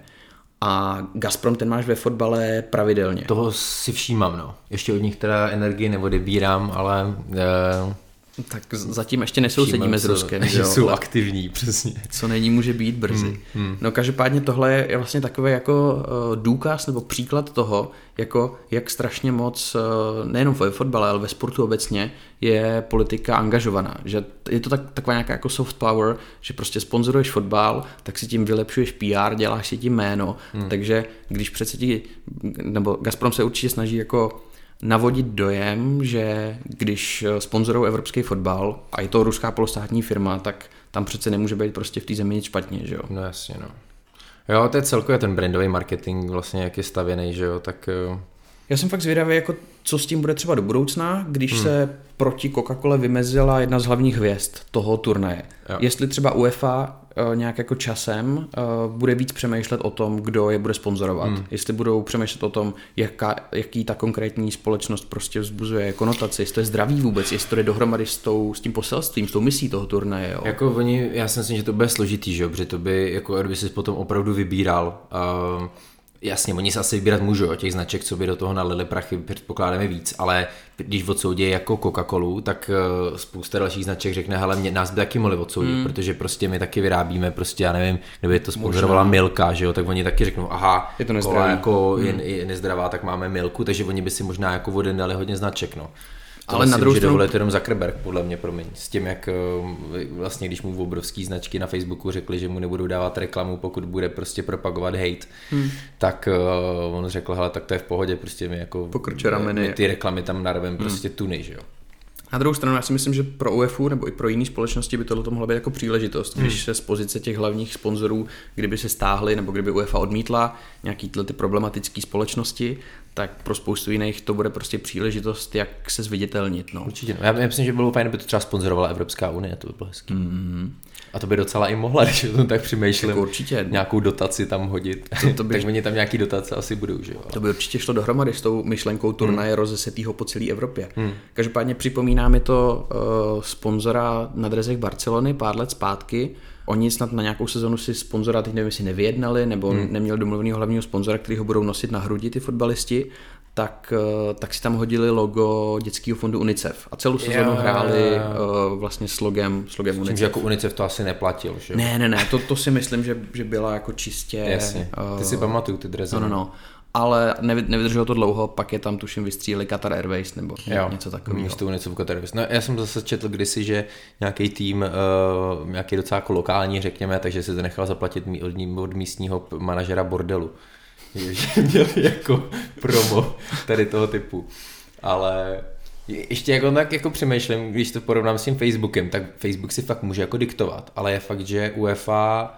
A Gazprom ten máš ve fotbale pravidelně. Toho si všímám, no. Ještě od nich teda energii neodebírám, ale... Uh... Tak zatím ještě nesousedíme s Ruskem. Že jsou aktivní, přesně. Co není, může být brzy. Hmm, hmm. No každopádně tohle je vlastně takový jako uh, důkaz nebo příklad toho, jako jak strašně moc, uh, nejenom ve fotbale, ale ve sportu obecně, je politika angažovaná. Že je to tak, taková nějaká jako soft power, že prostě sponzoruješ fotbal, tak si tím vylepšuješ P R, děláš si tím jméno. Hmm. Takže když přece ti, nebo Gazprom se určitě snaží jako navodit dojem, že když sponzorují evropský fotbal a je to ruská polostátní firma, tak tam přece nemůže být prostě v té zemi nic špatně, že jo? No jasně, no. Jo, to je celkově ten brandový marketing vlastně, jak je stavěný, že jo, tak... Já jsem fakt zvědavý, jako co s tím bude třeba do budoucna, když hmm. se proti Coca-Cole vymezila jedna z hlavních hvězd toho turnaje. Jo. Jestli třeba UEFA nějak jako časem bude víc přemýšlet o tom, kdo je bude sponzorovat. Hmm. Jestli budou přemýšlet o tom, jaká, jaký ta konkrétní společnost prostě vzbuzuje konotaci, jestli to je zdravý vůbec, jestli to jde dohromady s, tou, s tím poselstvím, s tou misí toho turnaje. Jo. Jako oni, já si myslím, že to bude složitý, že jo, protože to by, jako kdyby si potom opravdu vybíral. Uh, Jasně, oni se asi vybírat můžou, těch značek, co by do toho nalili prachy, předpokládáme víc, ale když odsoudí jako Coca-Colu, tak spousta dalších značek řekne, hele, mě, nás by taky mohli odsoudit, hmm. protože prostě my taky vyrábíme, prostě já nevím, kdyby to sponzorovala Milka, že jo, tak oni taky řeknou, aha, je to nezdravá, jako hmm. je, je nezdravá, tak máme Milku, takže oni by si možná jako vodem dali hodně značek, no. To ale na druhou stranu dovolit jenom Zuckerberg, podle mě, promiň, s tím, jak vlastně, když mu obrovský značky na Facebooku řekli, že mu nebudou dávat reklamu, pokud bude prostě propagovat hate, hmm. tak uh, on řekl, hele, tak to je v pohodě, prostě my jako my ty reklamy tam narvem prostě hmm. tuny, že jo. Na druhou stranu, já si myslím, že pro UEFA nebo i pro jiné společnosti by tohle mohla být jako příležitost, hmm. když se z pozice těch hlavních sponzorů, kdyby se stáhli nebo kdyby UEFA odmítla nějaký tyhle ty problematické společnosti, tak pro spoustu jiných to bude prostě příležitost, jak se zviditelnit. No. Určitě. No. Já myslím, že bylo fajn, aby to třeba sponzorovala Evropská unie, to by bylo hezký. Mm-hmm. A to by docela i mohla, když o tom tak přemýšlím, jako určitě, nějakou dotaci tam hodit. To, to by... tak oni tam nějaký dotace asi budou, že jo? To by určitě šlo dohromady s tou myšlenkou turnaje hmm. rozesetýho po celé Evropě. Hmm. Každopádně připomíná mi to uh, sponzora na drezech Barcelony pár let zpátky. Oni snad na nějakou sezonu si sponzora, teď nevím, jestli nevyjednali, nebo hmm. neměli domluvenýho hlavního sponzora, který ho budou nosit na hrudi ty fotbalisti, tak, tak si tam hodili logo dětského fondu UNICEF. A celou sezonu hráli uh, vlastně s logem, s logem UNICEF. Že jako UNICEF to asi neplatil, že? Ne, ne, ne, to, to si myslím, že, že byla jako čistě... Jasně, ty uh, si pamatuju ty drezy. No, no, no. Ale nevydrželo to dlouho, pak je tam tuším vystříleli Qatar Airways nebo jo, něco takového. Místo UNICEF Qatar Airways. No, já jsem zase četl kdysi, že nějaký tým, uh, nějaký docela jako lokální, řekněme, takže si to nechal zaplatit od, od místního manažera bordelu. Že měli jako promo tady toho typu. Ale ještě jako tak jako přemýšlím, když to porovnám s tím Facebookem, tak Facebook si fakt může jako diktovat, ale je fakt, že UEFA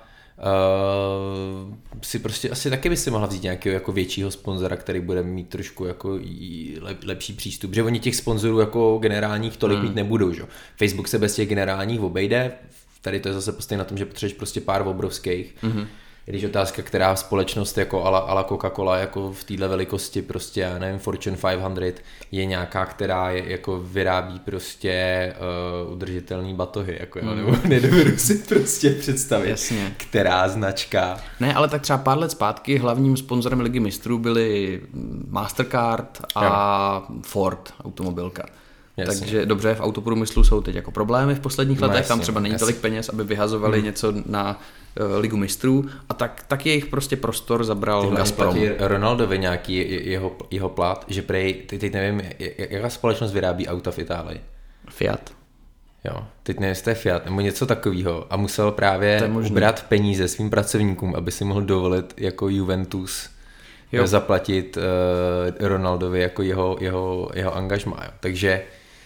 uh, si prostě asi taky by si mohla vzít nějakého jako většího sponzora, který bude mít trošku jako lep, lepší přístup, že oni těch sponzorů jako generálních tolik hmm. mít nebudou, že? Facebook se bez těch generálních obejde, tady to je zase postavení na tom, že potřebuješ prostě pár obrovských. Hmm. I když otázka, která společnost jako ala, ala Coca-Cola jako v téhle velikosti prostě, já nevím, Fortune pět set je nějaká, která je, jako vyrábí prostě uh, udržitelný batohy, jako jo, mm. nebo nedovedu si prostě představit, Jasně. která značka. Ne, ale tak třeba pár let zpátky hlavním sponzorem Ligy mistrů byli Mastercard a jo. Ford automobilka. Jasně. Takže dobře, v autoprůmyslu jsou teď jako problémy v posledních no, letech, jasně, tam třeba není jasně. tolik peněz, aby vyhazovali hmm. něco na uh, Ligu mistrů a tak, tak jejich prostě prostor zabral Gazprom. Ronaldovi nějaký jeho, jeho plat, že prej, teď, teď nevím, jaká společnost vyrábí auta v Itálii? Fiat. Jo, teď nevím, jestli to je Fiat nebo něco takového a musel právě ubrat peníze svým pracovníkům, aby si mohl dovolit jako Juventus jo. zaplatit uh, Ronaldovi jako jeho, jeho, jeho angažmá. Jo. Takže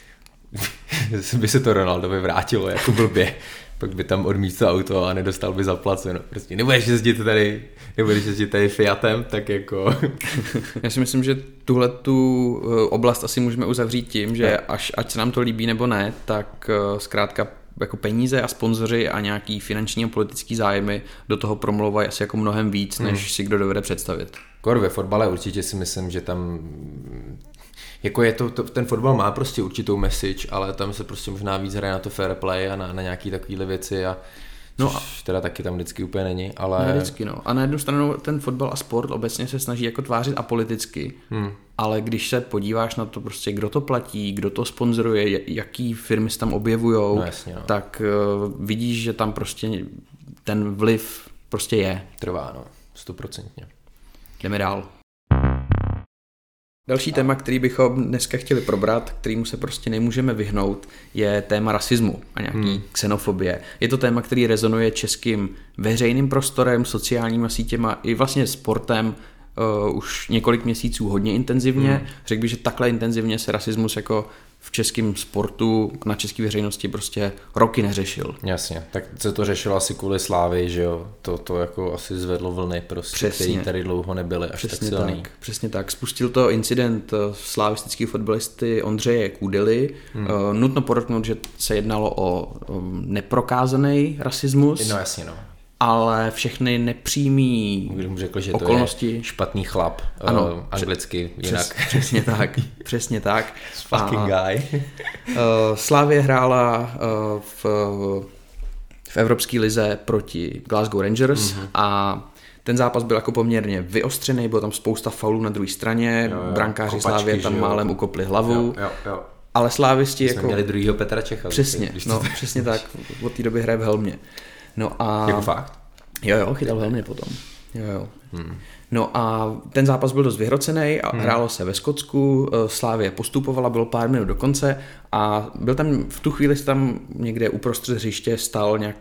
by se to Ronaldovi vrátilo jako blbě, pak by tam odmítl to auto a nedostal by zaplaceno. Prostě nebudeš jezdit tady, nebudeš jezdit tady Fiatem, tak jako... Já si myslím, že tuhle tu oblast asi můžeme uzavřít tím, že až, ať se nám to líbí nebo ne, tak zkrátka jako peníze a sponzoři a nějaký finanční a politický zájmy do toho promlouvají asi jako mnohem víc, než hmm. si kdo dovede představit. Kor ve fotbale určitě si myslím, že tam jako je to, to, ten fotbal má prostě určitou message, ale tam se prostě možná víc hraje na to fair play a na, na nějaký takovýhle věci a no a teda taky tam vždycky úplně není, ale... Ne vždycky, no. A na jednu stranu ten fotbal a sport obecně se snaží jako tvářit apoliticky, hmm. ale když se podíváš na to prostě, kdo to platí, kdo to sponzoruje, jaký firmy se tam objevujou, no jasně, no. tak uh, vidíš, že tam prostě ten vliv prostě je. Trvá, no, stoprocentně. Jdeme dál. Další téma, který bychom dneska chtěli probrat, kterému se prostě nemůžeme vyhnout, je téma rasismu a nějaký hmm. xenofobie. Je to téma, který rezonuje českým veřejným prostorem, sociálníma sítěma i vlastně sportem uh, už několik měsíců hodně intenzivně. Hmm. Řekl bych, že takhle intenzivně se rasismus jako v českém sportu na české veřejnosti prostě roky neřešil. Jasně, tak se to řešilo asi kvůli Slávy, že jo, to, to jako asi zvedlo vlny prostě, který tady dlouho nebyly až přesně tak silný. Tak, přesně tak, spustil to incident slavistického fotbalisty Ondřeje Kůdely. Hmm. Uh, nutno podotknout, že se jednalo o um, neprokázaný rasismus. No jasně, no. Ale všechny nepřímý Když mu řekl, že okolnosti. To je špatný chlap, ano, uh, anglicky přes, jinak. Přesně tak, přesně tak. Fucking guy. uh, Slavia hrála uh, v, v Evropské lize proti Glasgow Rangers mm-hmm. a ten zápas byl jako poměrně vyostřený, bylo tam spousta faulů na druhé straně, jo, jo. brankáři Slavie tam málem ukopli hlavu. Jo, jo, jo. Ale slávisti jsme jako... měli druhýho Petra Čecha. Přesně, no, tak... přesně tak, od té doby hraje v helmě. No a... Jako fakt? Jo, jo, chytal v helmě potom. Jo, jo. Hmm. No a ten zápas byl dost vyhrocený a hmm. hrálo se ve Skotsku, Slavie postupovala, bylo pár minut do konce a byl tam, v tu chvíli tam někde uprostřed hřiště stal nějak,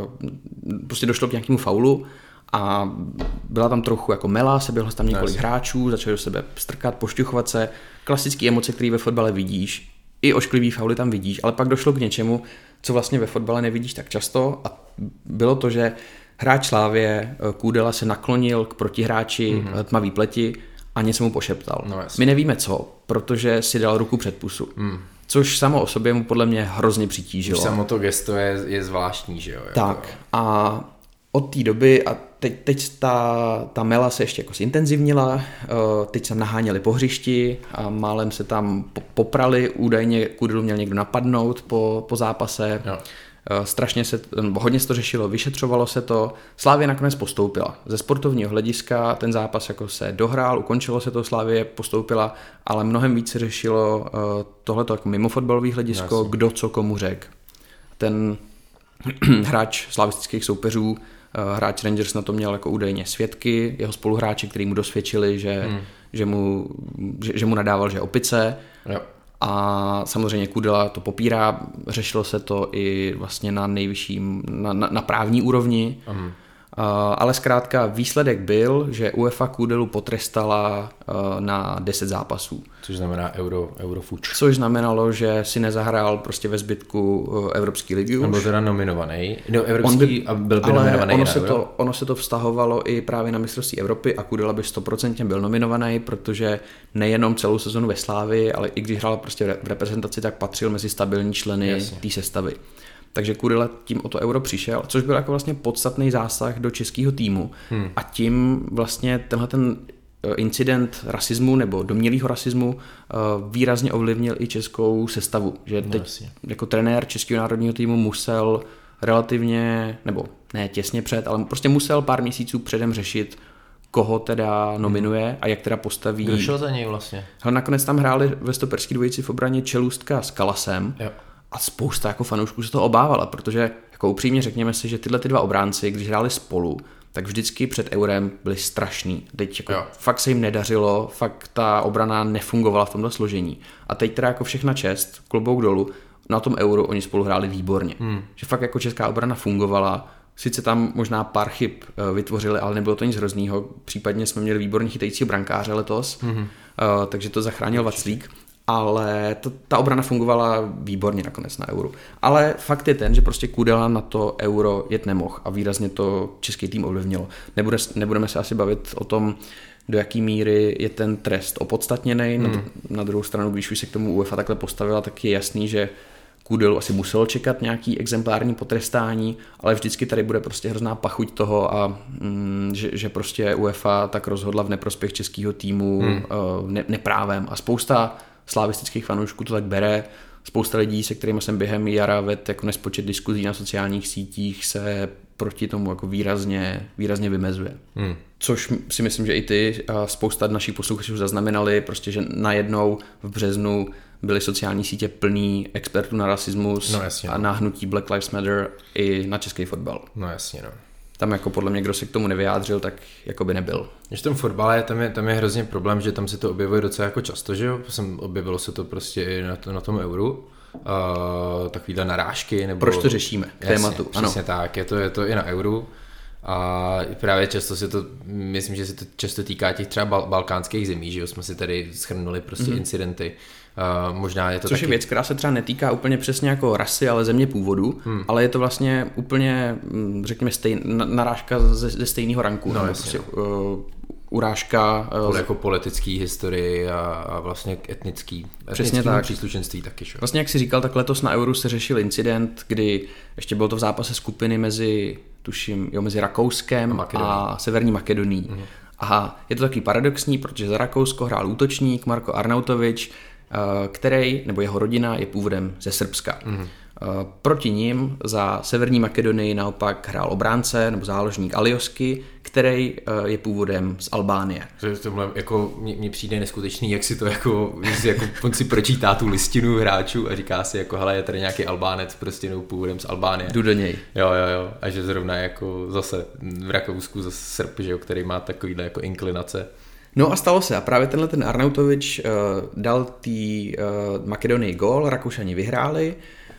prostě došlo k nějakému faulu a byla tam trochu jako mela, seběhlo tam několik yes. hráčů, začali do sebe strkat, pošťuchovat se, klasické emoce, které ve fotbale vidíš, i ošklivý fauly tam vidíš, ale pak došlo k něčemu, co vlastně ve fotbale nevidíš tak často a bylo to, že hráč Slávie Kůdela se naklonil k protihráči mm-hmm. tmavý pleti a něco mu pošeptal. No, my nevíme co, protože si dal ruku před pusu. Mm. Což samo o sobě mu podle mě hrozně přitížilo. Už samo to gesto je, je zvláštní, že jo? Tak jako... a od té doby a teď, teď ta, ta mela se ještě jako zintenzivnila, teď se naháněli po hřišti a málem se tam poprali, údajně Kůdelu měl někdo napadnout po, po zápase. Jo. Strašně se, hodně se to řešilo, vyšetřovalo se to, Slavie nakonec postoupila. Ze sportovního hlediska ten zápas jako se dohrál, ukončilo se to, Slavie postoupila, ale mnohem víc se řešilo tohleto jako mimo fotbalový hledisko, Jasně. kdo co komu řekl. Ten hráč slavistických soupeřů, hráč Rangers na to měl jako údajně svědky, jeho spoluhráči, kteří mu dosvědčili, že, hmm. že, mu, že, že mu nadával, že je opice. Jo. A samozřejmě Kůdela to popírá, řešilo se to i vlastně na nejvyšším, na, na, na právní úrovni, uh, ale zkrátka výsledek byl, že UEFA Kůdelu potrestala uh, na deset zápasů. Což znamená euro, eurofuč. Což znamenalo, že si nezahrál prostě ve zbytku uh, Evropské ligy. On byl teda nominovaný, no, evropský by, a byl by nominovaný ono na se, to, ono se to vztahovalo i právě na mistrovství Evropy a Kůdela by sto procent byl nominovaný, protože nejenom celou sezonu ve Slávii, ale i když hrál prostě v reprezentaci, tak patřil mezi stabilní členy té sestavy. takže Kudela tím o to euro přišel, což byl jako vlastně podstatný zásah do českého týmu hmm. a tím vlastně tenhle ten incident rasismu nebo domnělého rasismu výrazně ovlivnil i českou sestavu, že teď no, jako trenér českého národního týmu musel relativně, nebo ne těsně před, ale prostě musel pár měsíců předem řešit, koho teda nominuje a jak teda postaví. Kdo šel za něj vlastně? Hele, nakonec tam hráli ve stoperský dvojici v obraně Čelůstka s Kalasem jo. a spousta jako fanoušků se to obávala, protože jako upřímně řekněme si, že tyhle ty dva obránci, když hráli spolu, tak vždycky před eurem byli strašný. Teď jako fakt se jim nedařilo, fakt ta obrana nefungovala v tomto složení. A teď teda jako všechna čest, klobouk dolů, na tom euru oni spolu hráli výborně. Hmm. Že fakt jako česká obrana fungovala, sice tam možná pár chyb vytvořili, ale nebylo to nic hroznýho. Případně jsme měli výborně chytajícího brankáře letos, hmm. uh, takže to zachránil Vaclík. Ale to, ta obrana fungovala výborně nakonec na euro. Ale fakt je ten, že prostě Kudela na to euro jet nemohl a výrazně to český tým ovlivnilo. Nebude, nebudeme se asi bavit o tom, do jaký míry je ten trest opodstatněný. Hmm. Na, na druhou stranu, když už se k tomu UEFA takhle postavila, tak je jasný, že Kudelu asi musel čekat nějaký exemplární potrestání, ale vždycky tady bude prostě hrozná pachuť toho a mm, že, že prostě UEFA tak rozhodla v neprospěch českého týmu hmm. uh, ne, neprávem a spousta slavistických fanoušků to tak bere. Spousta lidí, se kterými jsem během jara vedl jako nespočet diskuzí na sociálních sítích, se proti tomu jako výrazně, výrazně vymezuje. Hmm. Což si myslím, že i ty a spousta našich posluchačů zaznamenali, prostě, že najednou v březnu byly sociální sítě plný expertů na rasismus no, jasně, a no. na hnutí Black Lives Matter i na český fotbal. No jasně, no. Tam jako podle mě, kdo se k tomu nevyjádřil, tak jako by nebyl. Když v tom fotbale, tam je, tam je hrozně problém, že tam se to objevuje docela jako často, že jo? Jsem, objevilo se to prostě i na, to, na tom euru. Uh, takovýhle narážky. Nebo... Proč to řešíme? K tématu. Jasně, přesně ano. Tak, je to, je to i na euru. A právě často se to, myslím, že se to často týká těch třeba bal- balkánských zemí, že jo? Jsme si tady shrnuli prostě mm-hmm. incidenty. Uh, možná je to Což taky... je věc, která se třeba netýká úplně přesně jako rasy, ale země původu, hmm. ale je to vlastně úplně, řekněme, stejn, narážka ze, ze stejného ranku. No, jasně, prostě, uh, urážka. Uh, jako politický historii a, a vlastně etnický, přesně tak. Příslušenství taky. Šo? Vlastně, jak jsi říkal, tak letos na euru se řešil incident, kdy ještě bylo to v zápase skupiny mezi, tuším, jo, mezi Rakouskem a, a Severní Makedonií. Hmm. A je to takový paradoxní, protože za Rakousko hrál útočník Marko Arnautovič, který, nebo jeho rodina je původem ze Srbska. Mm. Proti ním za Severní Makedonii naopak hrál obránce nebo záložník Aliosky, který je původem z Albánie. Tohle jako mně přijde neskutečný, jak si to jako, si jako on si pročítá tu listinu hráčů a říká si jako hele, je tady nějaký Albánec prostě nebo původem z Albánie. Jdu do něj. Jo, jo, jo. A že zrovna jako zase v Rakousku zase Srb, že jo, který má takovýhle jako inklinace. No a stalo se a právě tenhle ten Arnautovič uh, dal té uh, Makedonii gól, Rakušani vyhráli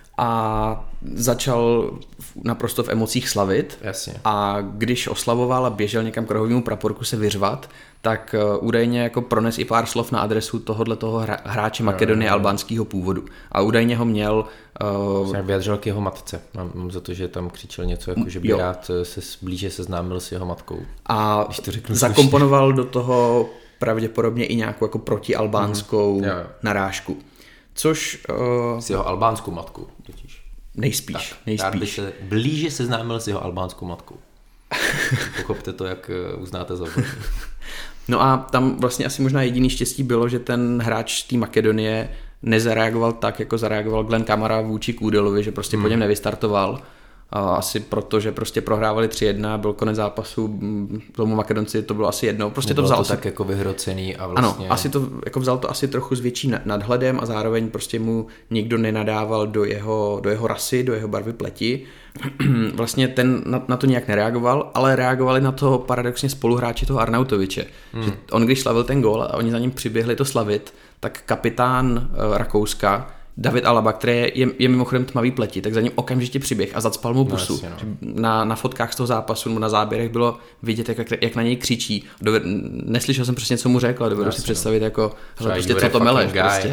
a začal naprosto v emocích slavit. Jasně. A když oslavoval a běžel někam k rohovému praporku se vyřvat, tak uh, údajně jako prones i pár slov na adresu tohohle toho hra, hráče Makedonie albánského původu. A údajně ho měl... Uh, jsem vyjadřil k jeho matce. Mám, mám za to, že tam křičel něco, jako že by jo. rád se blíže seznámil s jeho matkou. A zakomponoval do toho pravděpodobně i nějakou jako protialbánskou mm-hmm. narážku. Což... Uh, s jeho albánskou matkou totiž. Nejspíš. Tak, nejspíš. Rád by se blíže seznámil s jeho albánskou matkou. Pochopte to, jak uznáte za vhodné. No a tam vlastně asi možná jediný štěstí bylo, že ten hráč té Makedonie nezareagoval tak, jako zareagoval Glenn Kamara vůči Kudelovi, že prostě hmm. po něm nevystartoval. A asi proto, že prostě prohrávali tři jedna, byl konec zápasu, tomu Makedonci to bylo asi jedno, prostě to vzal to si... tak jako vyhrocený a vlastně... Ano, asi to, jako vzal to asi trochu s větší nadhledem a zároveň prostě mu nikdo nenadával do jeho, do jeho rasy, do jeho barvy pleti. Vlastně ten na, na to nějak nereagoval, ale reagovali na to paradoxně spoluhráči toho Arnautoviče. Hmm. Že on když slavil ten gól a oni za ním přiběhli to slavit, tak kapitán uh, Rakouska David Alaba, který je, je, je mimochodem tmavý pleti, tak za ním okamžitě přiběh a zacpal mu pusu. No, jasně, no. Na, na fotkách z toho zápasu nebo na záběrech bylo vidět, jak, jak na něj křičí. Doved, neslyšel jsem přesně, co mu řekl, ale dovedu no, si představit, no. jako, hele, prostě co to meleš. Prostě.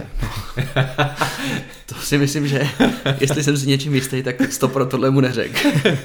To si myslím, že jestli jsem si něčím jistý, tak sto pro tohle mu neřekl.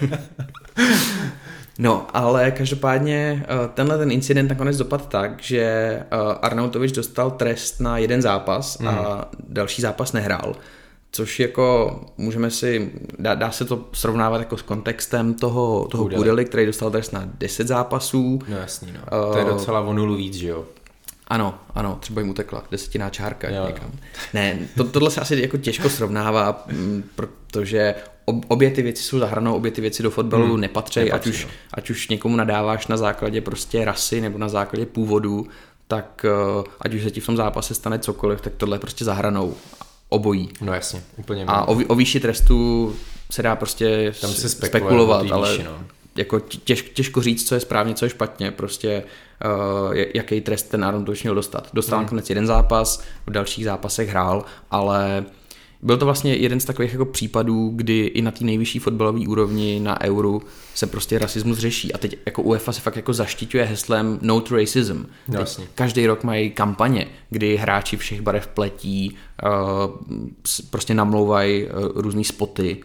No, ale každopádně tenhle ten incident nakonec dopadl tak, že Arnautovič dostal trest na jeden zápas a hmm. další zápas nehrál, což jako můžeme si, dá, dá se to srovnávat jako s kontextem toho, toho Kudely, který dostal trest na deset zápasů. No jasný, no. Uh, to je docela o nulu víc, že jo? Ano, ano, třeba jim utekla desetiná čárka jo, někam. No. Ne, to, tohle se asi jako těžko srovnává, protože obě ty věci jsou za hranou, obě ty věci do fotbalu hmm, nepatří, nepatří ať, už, ať už někomu nadáváš na základě prostě rasy nebo na základě původu, tak ať už se ti v tom zápase stane cokoliv, tak tohle je prostě za hranou. Obojí. No jasně, úplně. A o, o výši trestu se dá prostě tam se spekulovat, výši, ale no. jako těž, těžko říct, co je správně, co je špatně, prostě uh, jaký trest ten Arnautovič měl dostat. Dostal hmm. nakonec jeden zápas, v dalších zápasech hrál, ale byl to vlastně jeden z takových jako případů, kdy i na té nejvyšší fotbalové úrovni na Euru se prostě rasismus řeší. A teď jako UEFA se fakt jako zaštiťuje heslem No to Racism. No, každý rok mají kampaně, kdy hráči všech barev pletí, uh, prostě namlouvají uh, různý spoty.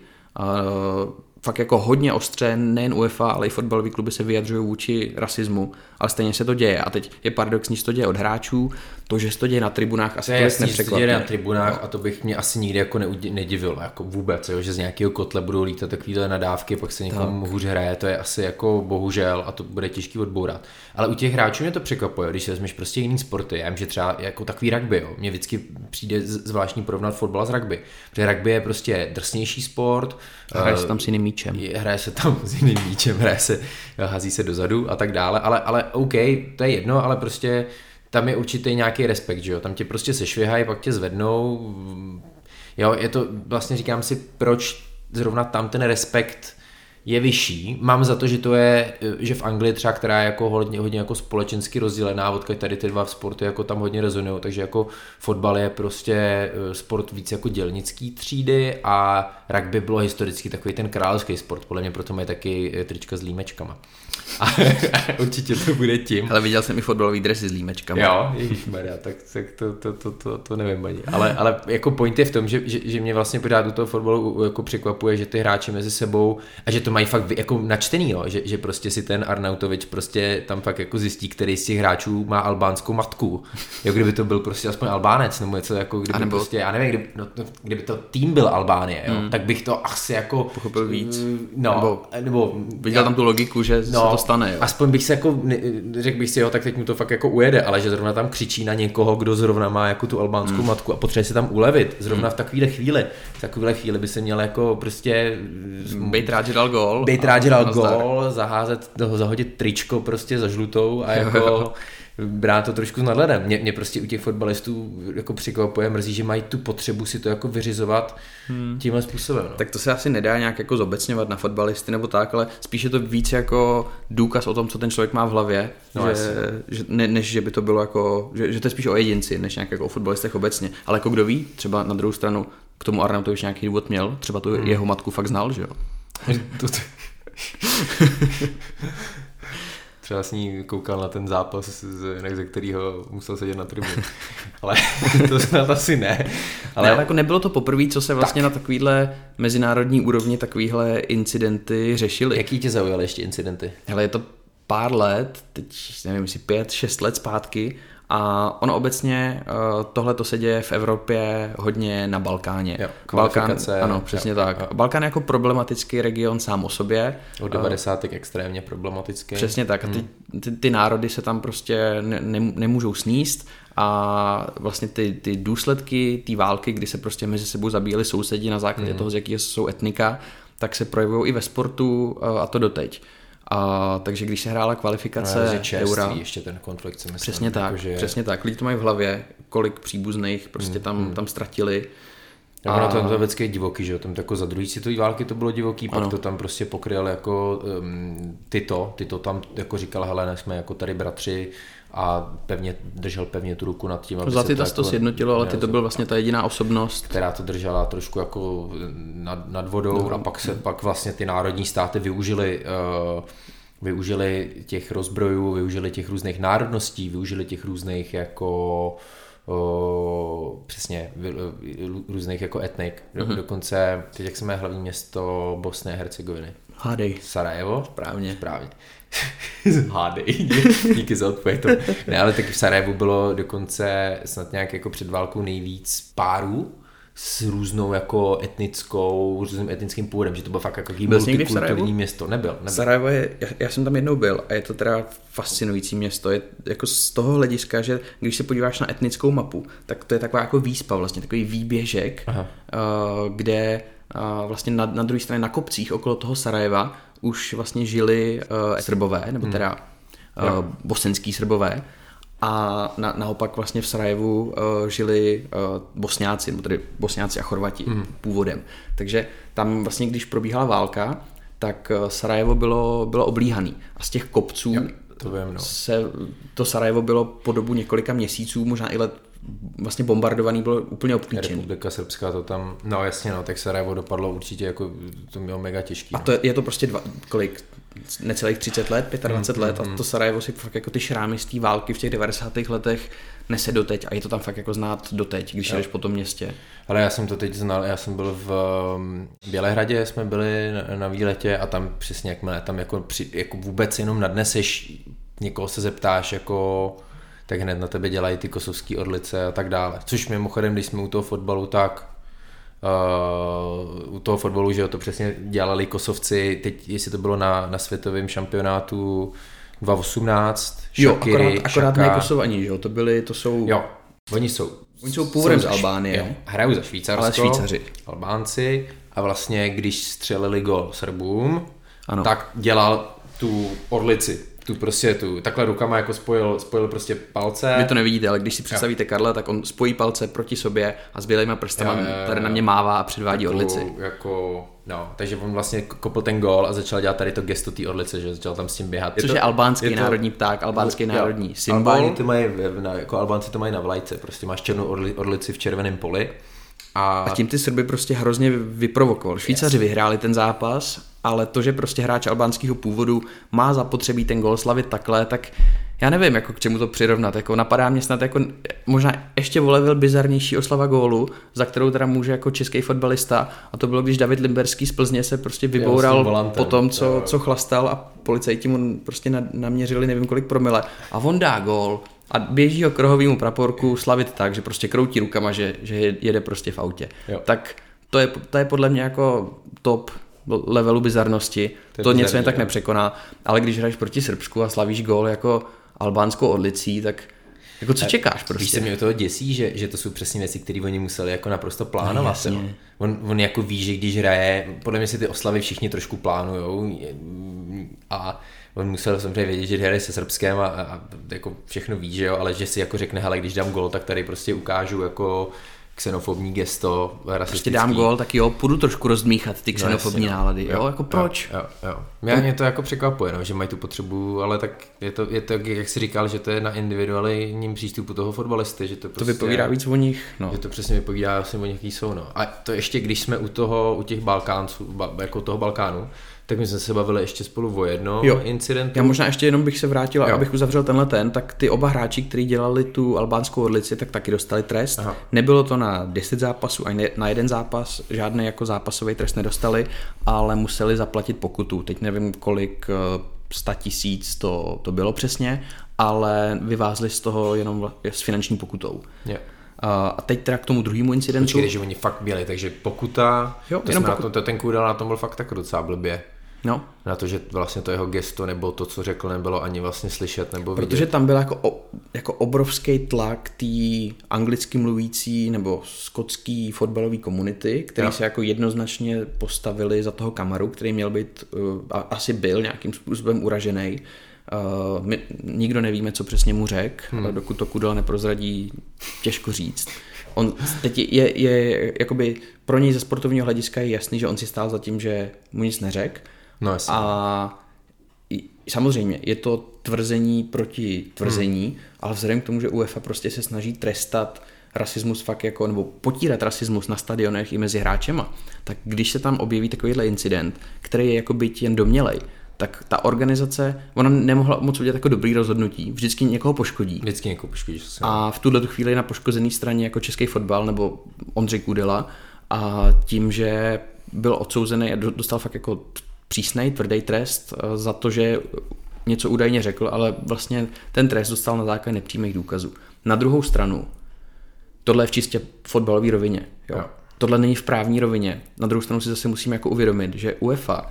Uh, fakt jako hodně ostře, nejen UEFA, ale i fotbalové kluby se vyjadřují vůči rasismu, ale stejně se to děje. A teď je paradoxní, že se to děje od hráčů, to, že se to děje na tribunách, asi to je nepřekvapuje. Na tribunách a to bych mě asi nikdy jako nedivilo, jako vůbec, jo, že z nějakého kotle budou lítat takovýhle nadávky, pak se někomu hůř hraje, to je asi jako bohužel a to bude těžký odbourat. Ale u těch hráčů mě to překvapuje, když si vezmeš prostě jiný sporty. Já vím, že třeba jako takový rugby, jo, mně vždycky přijde zvláštní porovnat fotbal s rugby. Protože rugby je prostě drsnější sport. Hraje se tam s jiným míčem. Hraje se tam s jiným míčem, hraje se, hází se dozadu a tak dále, ale, ale OK, to je jedno, ale prostě tam je určitý nějaký respekt, že jo, tam tě prostě sešvihají, pak tě zvednou, jo, je to, vlastně říkám si, proč zrovna tam ten respekt je vyšší. Mám za to, že to je, že v Anglii třeba, která je jako hodně, hodně jako společensky rozdělená, odkud tady ty dva sporty jako tam hodně rezonují, takže jako fotbal je prostě sport víc jako dělnický třídy a rugby bylo historicky takový ten královský sport, podle mě proto mají taky trička s límečkama. A určitě to bude tím. Ale viděl jsem i fotbalový dresy s límečkama. Jo, ježišmarja, tak, tak to, to, to, to, to nevím ani. Ale, ale jako point je v tom, že, že, že mě vlastně pořád u toho fotbalu jako překvapuje, že ty hráči mezi sebou a že to mají fakt jako načtený, jo, že, že prostě si ten Arnautovič prostě tam fakt jako zjistí, který z těch hráčů má albánskou matku. Jo, kdyby to byl prostě aspoň Albánec, nebo něco jako kdyby nebo... prostě, já nevím, kdyby, no, kdyby to tým byl Albánie, jo, mm. tak bych to asi jako pochopil víc. No, nebo, nebo viděl já, tam tu logiku, že no, se to stane, jo. Aspoň bych se jako, řekl bych si, jo, tak teď mu to fakt jako ujede, ale že zrovna tam křičí na někoho, kdo zrovna má jako tu albánskou mm. matku a potřebuje se tam ulevit, zrovna mm. v takovéhle chvíli. V takovéhle chvíli by se měl jako prostě bejt rád, že dal gól. Bejt rád, že dal gól, zaházet, zahodit tričko prostě za žlutou a jako brát to trošku s nadhledem. Mě, mě prostě u těch fotbalistů jako překvapuje, mrzí, že mají tu potřebu si to jako vyřizovat hmm. tímhle způsobem. No. Tak to se asi nedá nějak jako zobecňovat na fotbalisty nebo tak, ale spíš je to víc jako důkaz o tom, co ten člověk má v hlavě, no, že, že, ne, než že by to bylo jako, že, že to je spíš o jedinci, než nějak jako o fotbalistech obecně. Ale jako kdo ví, třeba na druhou stranu k tomu Arnautovič nějaký důvod měl, třeba tu hmm. jeho matku fakt znal, že jo? Třeba s ní koukal na ten zápas, ze kterého musel sedět na tribuně. Ale to snad asi ne. Ale... ne, ale jako nebylo to poprvé, co se vlastně tak. na takovýhle mezinárodní úrovni takovýhle incidenty řešily. Jaký tě zaujaly ještě incidenty? Hele, je to pár let, teď nevím, jestli pět, šest let zpátky, a ono obecně tohle to se děje v Evropě hodně na Balkáně. Jo, Balkán, ano, přesně jo, tak. Jo. Balkán je jako problematický region sám o sobě. Od devadesátek extrémně problematický. Přesně tak. A ty, ty, ty národy se tam prostě ne, ne, nemůžou sníst a vlastně ty, ty důsledky té války, kdy se prostě mezi sebou zabíjeli sousedi na základě hmm. toho, z jakého jsou etnika, tak se projevují i ve sportu a to doteď. A, takže když se hrála kvalifikace no, Eura, ještě ten konflikt se myslím, přesně tak, jako, že... přesně tak, lidi to mají v hlavě, kolik příbuzných prostě tam, mm. tam ztratili. A ono to, to vždycky je divoký, že jo, tam jako za druhý světové války to bylo divoký, pak ano. to tam prostě pokryl jako um, Tito, Tito tam jako říkal, hele, jsme jako tady bratři a pevně, držel pevně tu ruku nad tím. Za Tita to, jako, to sjednotilo, ale Tito byl vlastně ta jediná osobnost, která to držela trošku jako nad, nad vodou no, a pak se pak vlastně ty národní státy využili uh, využili těch rozbrojů, využili těch různých národností, využili těch různých jako O, přesně různých jako etnik. Mm-hmm. Dokonce, teď jak se jmenuje hlavní město Bosny a Hercegoviny? Hádej. Sarajevo? Správně. Správně. Hádej. Díky za odpověď. Ne, ale taky v Sarajevu bylo dokonce snad nějak jako před válkou nejvíc párů, s různou jako etnickou, různým etnickým původem, že to bylo fakt jako multikulturní město. Nebyl, nebyl. Sarajevo je, já, já jsem tam jednou byl a je to teda fascinující město. Je jako z toho hlediska, že když se podíváš na etnickou mapu, tak to je taková jako výspa vlastně, takový výběžek, uh, kde uh, vlastně na, na druhé straně na kopcích okolo toho Sarajeva už vlastně žili uh, Srbové, nebo teda uh, bosenský Srbové. A na, naopak vlastně v Sarajevu uh, žili uh, Bosňáci, nebo tedy Bosňáci a Chorvati mm. původem. Takže tam vlastně, když probíhala válka, tak uh, Sarajevo bylo, bylo oblíhaný. A z těch kopců jo, to, vím, no. se to Sarajevo bylo po dobu několika měsíců, možná i let, vlastně bombardovaný, bylo úplně obklíčený. Republika Srbská to tam, no jasně, no, tak Sarajevo dopadlo určitě, jako to bylo mega těžký. A to je, je to prostě dva, kolik, necelých třicet let, dvacet pět mm, let mm, a to Sarajevo si fakt jako ty šrámy z té války v těch devadesátých letech nese doteď a je to tam fakt jako znát doteď, když jdeš po tom městě. Ale já jsem to teď znal, já jsem byl v Bělehradě, jsme byli na, na výletě a tam přesně jakmile tam jako, při, jako vůbec jenom nadneseš, někoho se zeptáš jako tak hned na tebe dělají ty kosovský orlice a tak dále. Což mimochodem, když jsme u toho fotbalu, tak uh, u toho fotbalu, že jo, to přesně dělali Kosovci, teď jestli to bylo na, na světovém šampionátu dva tisíce osmnáct, Šaky, jo, akorát, akorát Šaka. ne Kosovaní, že jo, to byli, to jsou... Jo, oni jsou... Oni jsou původem z Albánie. Jo, hrajou za Švýcarsko, ale Švýcaři. Albánci a vlastně, když střelili gol Srbům, ano. tak dělal tu orlici. Tu prostě tu, takhle rukama jako spojil, spojil prostě palce. Vy to nevidíte, ale když si představíte Karla, tak on spojí palce proti sobě a s bělejma prstama jo, jo, jo. tady na mě mává a předvádí jako, orlici. Jako, no, takže on vlastně kopl ten gól a začal dělat tady to gesto té orlice, že začal tam s tím běhat. Což je, to, je albánský je to, národní pták, albánský jo, národní symbol. Albáni to mají, jako Albánci to mají na vlajce, prostě máš černou orli, orlici v červeném poli. A... a tím ty Srby prostě hrozně vyprovokoval. Švýcaři yes. vyhráli ten zápas, ale to, že prostě hráč albánského původu má zapotřebí ten gól slavit takhle, tak já nevím, jako k čemu to přirovnat. Jako napadá mě snad jako možná ještě volevil bizarnější oslava gólu, za kterou teda může jako český fotbalista, a to bylo, když David Limberský z Plzně se prostě vyboural po tom, co, co chlastal a policajti mu prostě naměřili nevím kolik promile a on dá gól. A běží ho k rohovému praporku slavit tak, že prostě kroutí rukama, že, že jede prostě v autě. Jo. Tak to je, to je podle mě jako top levelu bizarnosti. To, to něco jen tak nepřekoná. Ale když hraješ proti Srbsku a slavíš gól jako albánskou orlicí, tak jako co a čekáš prostě? Víš, se mě toho děsí, že, že to jsou přesně věci, které oni museli jako naprosto plánovat. No, on, on jako ví, že když hraje, podle mě si ty oslavy všichni trošku plánujou a on musel samozřejmě vědět, že hraje se Srbskem a, a jako všechno ví, že jo, ale že si jako řekne, hele, když dám gól, tak tady prostě ukážu jako xenofobní gesto, rasistický. Prostě dám gól, tak jo, půjdu trošku rozdmíchat ty xenofobní no, nálady, jo, jo, jako proč? Jo, jo, jo. Mě, mě to jako překvapuje, no, že mají tu potřebu, ale tak je to, je to, jak jsi říkal, že to je na individuálním přístupu toho fotbalisty, že to prostě... To vypovídá víc o nich, no. Že to přesně vypovídá asi o nich, jaký jsou, no. A to ještě, když jsme u toho, u těch Balkánců, ba, jako toho Balkánu, tak my jsme se bavili ještě spolu o jednom jo. incidentu. Já možná ještě jenom bych se vrátil, jo. abych uzavřel tenhle ten, tak ty oba hráči, kteří dělali tu albánskou orlici, tak taky dostali trest. Aha. Nebylo to na deset zápasů, ani na jeden zápas, žádný jako zápasový trest nedostali, ale museli zaplatit pokutu. Teď nevím, kolik sta tisíc to, to bylo přesně, ale vyvázli z toho jenom s finanční pokutou. Jo. A teď teda k tomu druhému incidentu. Počkej, že oni fakt měli, takže pokuta, jo, to jenom poku... na to, ten kůdal na tom byl fakt tak docela blbě. No. Na to, že vlastně to jeho gesto nebo to, co řekl, nebylo ani vlastně slyšet nebo vidět. Protože tam byl jako, o, jako obrovský tlak té anglicky mluvící nebo skotský fotbalové komunity, který jo. se jako jednoznačně postavili za toho Kamaru, který měl být, uh, asi byl nějakým způsobem uražený. Uh, my nikdo nevíme, co přesně mu řekl, hmm. ale dokud to Kudela neprozradí, těžko říct. On teď je, je jakoby pro něj ze sportovního hlediska je jasný, že on si stál za tím, že mu nic neřekl. No, jasně. A samozřejmě je to tvrzení proti tvrzení, hmm. ale vzhledem k tomu, že UEFA prostě se snaží trestat rasismus fakt jako, nebo potírat rasismus na stadionech i mezi hráčema, tak když se tam objeví takovýhle incident, který je jako byť jen domnělej, tak ta organizace, ona nemohla moc udělat jako dobrý rozhodnutí, vždycky někoho poškodí. Vždycky někoho poškodí. A v tuhle chvíli na poškozené straně jako český fotbal nebo Ondřej Kudela a tím, že byl odsouzený a dostal fakt jako přísnej, tvrdý trest za to, že něco údajně řekl, ale vlastně ten trest dostal na základě nepřímých důkazů. Na druhou stranu, tohle je v čistě fotbalové rovině. Jo. Jo. tohle není v právní rovině. Na druhou stranu si zase musíme jako uvědomit, že UEFA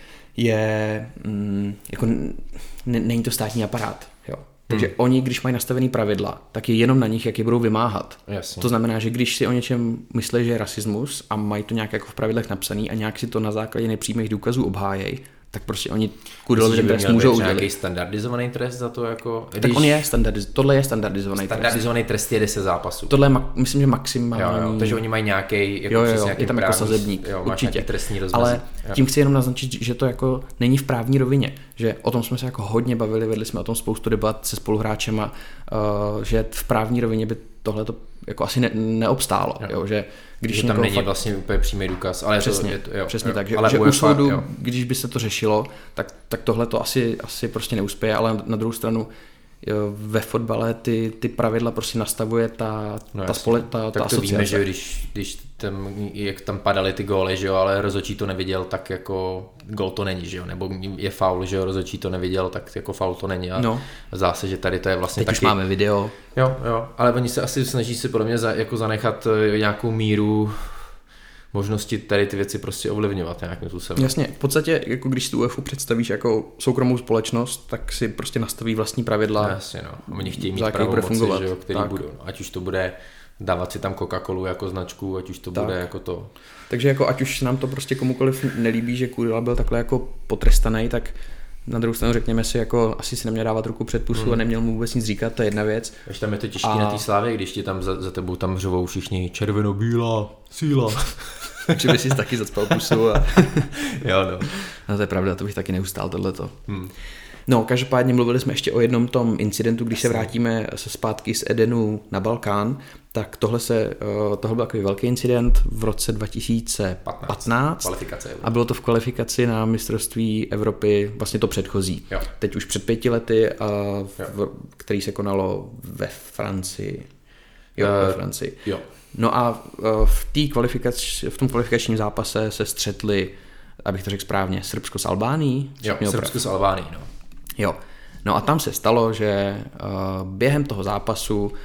je, mm, jako, n- není to státní aparát, jo. Takže hmm. oni, když mají nastavený pravidla, tak je jenom na nich, jak je budou vymáhat. Jasně. To znamená, že když si o něčem myslí, že je rasismus a mají to nějak jako v pravidlech napsaný a nějak si to na základě nepřímých důkazů obhájejí, tak prostě oni kudelový ten trest můžou udělat. Nějaký standardizovaný trest za to jako... Když... Tak on je standardiz... tohle je standardizovaný trest. Standardizovaný trest je deset zápasů. Tohle je, ma... myslím, že maximální... Jo, jo, takže oni mají nějaký, jako jo, jo, přes jo, nějaký je tam právní, jako sazebník, jo, určitě. trestní rozmezí. Ale jo. tím chci jenom naznačit, že to jako není v právní rovině, že o tom jsme se jako hodně bavili, vedli jsme o tom spoustu debat se spoluhráčema, uh, že v právní rovině by tohle to jako asi ne, neobstálo, jo. Jo, že když že tam někoho není fakt... vlastně úplně přímý důkaz, ale přesně, je to, je to, jo, přesně jo. tak, že, ale že UEFA, u soudu, jo. když by se to řešilo, tak, tak tohle to asi, asi prostě neuspěje, ale na druhou stranu jo, ve fotbale ty, ty pravidla prostě nastavuje ta, no ta, spole, ta, tak ta to asociace. víme, že když, když tam, jak tam padaly ty góly, že jo, ale rozhodčí to neviděl, tak jako gól to není, že jo, nebo je faul, že jo, rozhodčí to neviděl, tak jako faul to není a no. zdá se, že tady to je vlastně teď taky... už máme video. Jo, jo, ale oni se asi snaží si podle mě za, jako zanechat nějakou míru možnosti tady ty věci prostě ovlivňovat nějakým způsobem. Jasně, v podstatě, jako když si tu UEFA představíš jako soukromou společnost, tak si prostě nastaví vlastní pravidla. Jasně, no. Oni chtějí mít pravomoci, že jo, který tak. budou. No, ať už to bude dávat si tam Coca-Colu jako značku, ať už to tak. bude jako to. Takže jako ať už se nám to prostě komukoliv nelíbí, že Kudela byl takhle jako potrestaný, tak na druhou stranu řekněme si, jako asi si neměl dávat ruku před pusu hmm. a neměl mu vůbec nic říkat, to je jedna věc. Až tam je to těžký a... na té Slávě, když ti tam za, za tebou tam řvou všichni červeno-bílá síla. Že by si taky zacpal pusu. A... jo, no. No to je pravda, to bych taky neustál tohleto. Hmm. No, každopádně mluvili jsme ještě o jednom tom incidentu, když se vrátíme se zpátky z Edenu na Balkán, tak tohle, se, tohle byl takový velký incident v roce dva tisíce patnáct a bylo to v kvalifikaci na mistrovství Evropy, vlastně to předchozí. Jo. Teď už před pěti lety, a v, který se konalo ve Francii. Jo, uh, ve Francii. Jo. No a v, té kvalifikaci, v tom kvalifikačním zápase se střetli, abych to řekl správně, Srbsko s Albánií. Jo, Srbsko s Albánií, no. Jo. No a tam se stalo, že uh, během toho zápasu uh,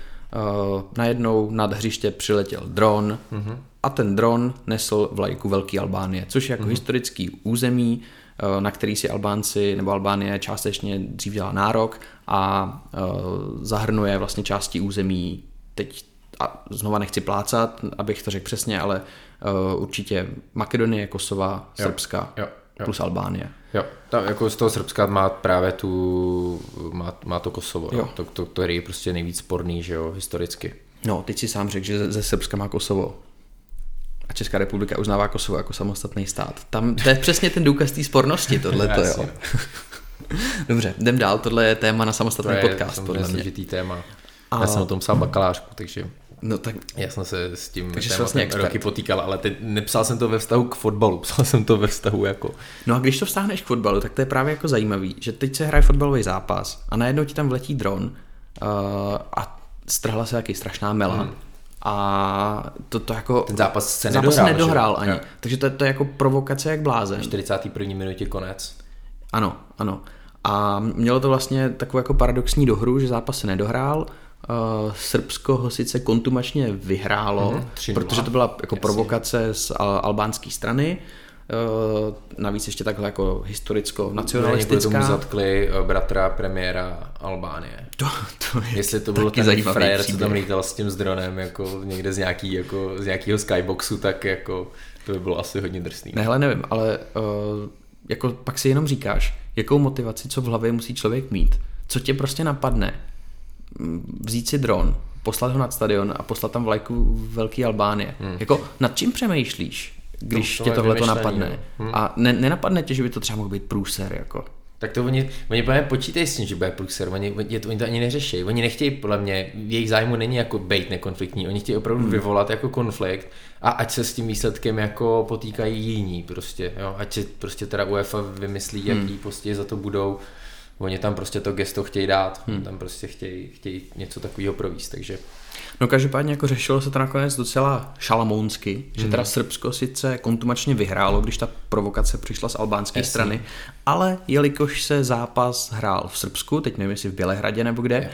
najednou nad hřiště přiletěl dron mm-hmm. a ten dron nesl vlajku Velké Albánie, což je jako mm-hmm. historický území, uh, na který si Albánci nebo Albánie částečně dřív dělá nárok a uh, zahrnuje vlastně části území, teď a znova nechci plácat, abych to řekl přesně, ale uh, určitě Makedonie, Kosova, jo. Srbska jo. Jo. plus Albánie. Jo, tam jako z toho Srbska má právě tu, má, má to Kosovo, jo. To, to, to je prostě nejvíc sporný, že jo, historicky. No, teď si sám řekl, že ze, ze Srbska má Kosovo a Česká republika uznává Kosovo jako samostatný stát. Tam, to je přesně ten důkaz té spornosti, tohleto, jo. Dobře, jdem dál, tohle je téma na samostatný to je podcast, podle mě. složitý téma. A... Já jsem o tom psal bakalářku, takže... No tak, já jsem se s tím vlastně roky potýkal, ale teď nepsal jsem to ve vztahu k fotbalu, psal jsem to ve vztahu jako... No a když to vztáhneš k fotbalu, tak to je právě jako zajímavý, že teď se hraje fotbalový zápas a najednou ti tam vletí dron uh, a strhla se taky strašná mela hmm. a to, to jako... Ten zápas se zápas nedohrál, se nedohrál ani, jo. Takže to, to je jako provokace jak blázen. V čtyřicáté první minutě konec. Ano, ano. A mělo to vlastně takovou jako paradoxní dohru, že zápas se nedohrál. Uh, Srbsko ho sice kontumačně vyhrálo, mm-hmm, protože to byla jako provokace z al- albánské strany, uh, navíc ještě takhle jako historicko-nacionalistická. Tomu zatkli bratra premiéra Albánie. To, to je Jestli to byl ten frajer, co tam lítal s tím s dronem, jako někde z, nějaký, jako, z nějakého skyboxu, tak jako to by bylo asi hodně drsný. Ne, hele, nevím, ale uh, jako pak si jenom říkáš, jakou motivaci, co v hlavě musí člověk mít, co tě prostě napadne, vzít si dron, poslat ho nad stadion a poslat tam vlajku Velké Albánie. Hmm. Jako nad čím přemýšlíš, když to, to tě tohle to napadne? Hmm. A ne, nenapadne tě, že by to třeba mohl být průser, jako? Tak to oni, oni počítají s tím, že bude průser, oni, oni, oni to ani neřeší. Oni nechtějí, podle mě, v jejich zájmu není jako bejt nekonfliktní, oni chtějí opravdu hmm. vyvolat jako konflikt a ať se s tím výsledkem jako potýkají jiní prostě, jo? Ať si prostě teda UEFA vymyslí, hmm. jaký prostě za to budou. Oni tam prostě to gesto chtějí dát, hmm. tam prostě chtějí, chtějí něco takového províst, takže... No každopádně jako řešilo se to nakonec docela šalamounsky, hmm. že teda Srbsko sice kontumačně vyhrálo, když ta provokace přišla z albánské Jasně. strany, ale jelikož se zápas hrál v Srbsku, teď nevím jestli v Bělehradě nebo kde, je.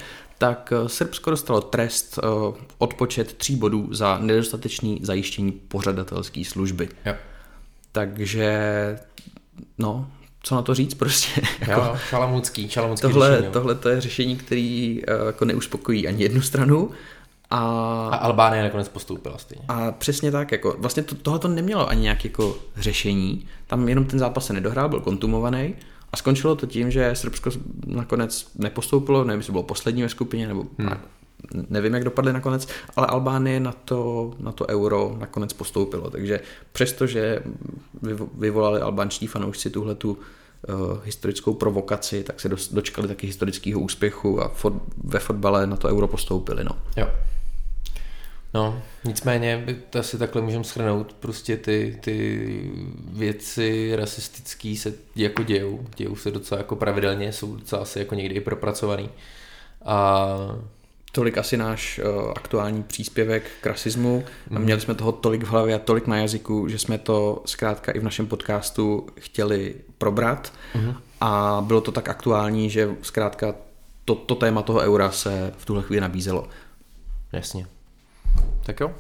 tak Srbsko dostalo trest odpočet tří bodů za nedostatečné zajištění pořadatelské služby. Jo. Takže, no, co na to říct prostě. Jo, šalamůcký, šalamůcký tohle, řešení. Tohle to je řešení, který jako neuspokojí ani jednu stranu. A, a Albánie nakonec postoupila stejně. A přesně tak, jako vlastně to, tohle to nemělo ani nějaké jako řešení, tam jenom ten zápas se nedohrál, byl kontumovaný a skončilo to tím, že Srbsko nakonec nepostoupilo, nevím, jestli bylo poslední ve skupině, nebo hmm. nevím, jak dopadly nakonec, ale Albánie na to, na to euro nakonec postoupilo, takže přestože vyvolali albánští fanoušci tuhletu Uh, historickou provokaci, tak se do, dočkali taky historického úspěchu a fot, ve fotbale na to euro postoupili. No. Jo. No, nicméně to asi takhle můžeme shrnout, prostě ty, ty věci rasistický se jako dějou, dějou se docela jako pravidelně, jsou docela asi jako někdy i propracovaný. A tolik asi náš uh, aktuální příspěvek k rasismu. Mm. Měli jsme toho tolik v hlavě a tolik na jazyku, že jsme to zkrátka i v našem podcastu chtěli probrat. Mm. A bylo to tak aktuální, že zkrátka to, to téma toho eura se v tuhle chvíli nabízelo. Jasně. Tak jo.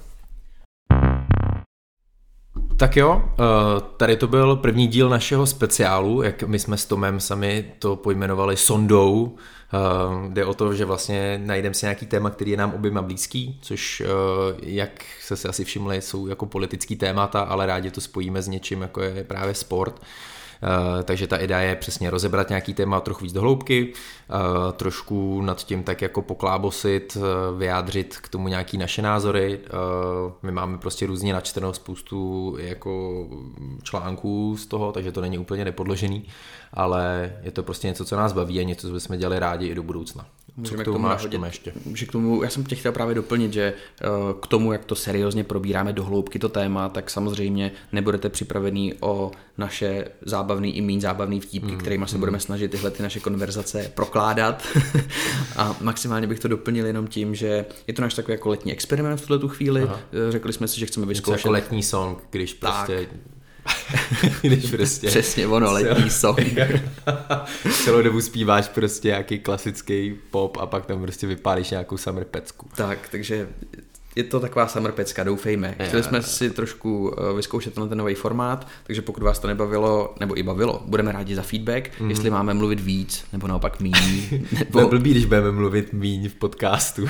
Tak jo, tady to byl první díl našeho speciálu, jak my jsme s Tomem sami to pojmenovali sondou. Jde o to, že vlastně najdeme si nějaký téma, který je nám oběma blízký, což, jak se si asi všimli, jsou jako politický témata, ale rádi to spojíme s něčím, jako je právě sport. Uh, takže ta idea je přesně rozebrat nějaký téma trochu víc do hloubky, uh, trošku nad tím tak jako poklábosit, uh, vyjádřit k tomu nějaký naše názory. Uh, my máme prostě různě načteno spoustu jako článků z toho, takže to není úplně nepodložený, ale je to prostě něco, co nás baví a něco, co bychom dělali rádi i do budoucna. Můžeme k tomu máš, nahodit, ještě? Že k tomu, já jsem tě chtěl právě doplnit, že uh, k tomu, jak to seriózně probíráme do hloubky to téma, tak samozřejmě nebudete připravený o naše zábavný i méně zábavný vtípky, mm, kterými se mm. budeme snažit tyhle ty naše konverzace prokládat. A maximálně bych to doplnil jenom tím, že je to náš takový jako letní experiment v tuhle tu chvíli. Aha. Řekli jsme si, že chceme vyzkoušet. Něco jako letní song, když prostě... když prostě... Přesně ono, letní song. Celou dobu zpíváš prostě nějaký klasický pop a pak tam prostě vypálíš nějakou summer pecku. Tak, takže je to taková summer pecka, doufejme. Chtěli jsme si trošku vyzkoušet ten nový formát, takže pokud vás to nebavilo, nebo i bavilo, budeme rádi za feedback, mm. jestli máme mluvit víc, nebo naopak míň. Nebo... To je blbý, když budeme mluvit míň v podcastu.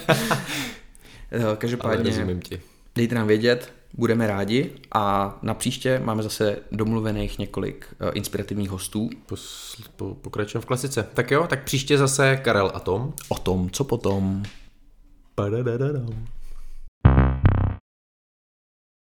Každopádně dejte nám vědět, budeme rádi a na příště máme zase domluvených několik uh, inspirativních hostů. Pos, po, pokračujeme v klasice. Tak jo, tak příště zase Karel a Tom. O tom, co potom. Padadadadam.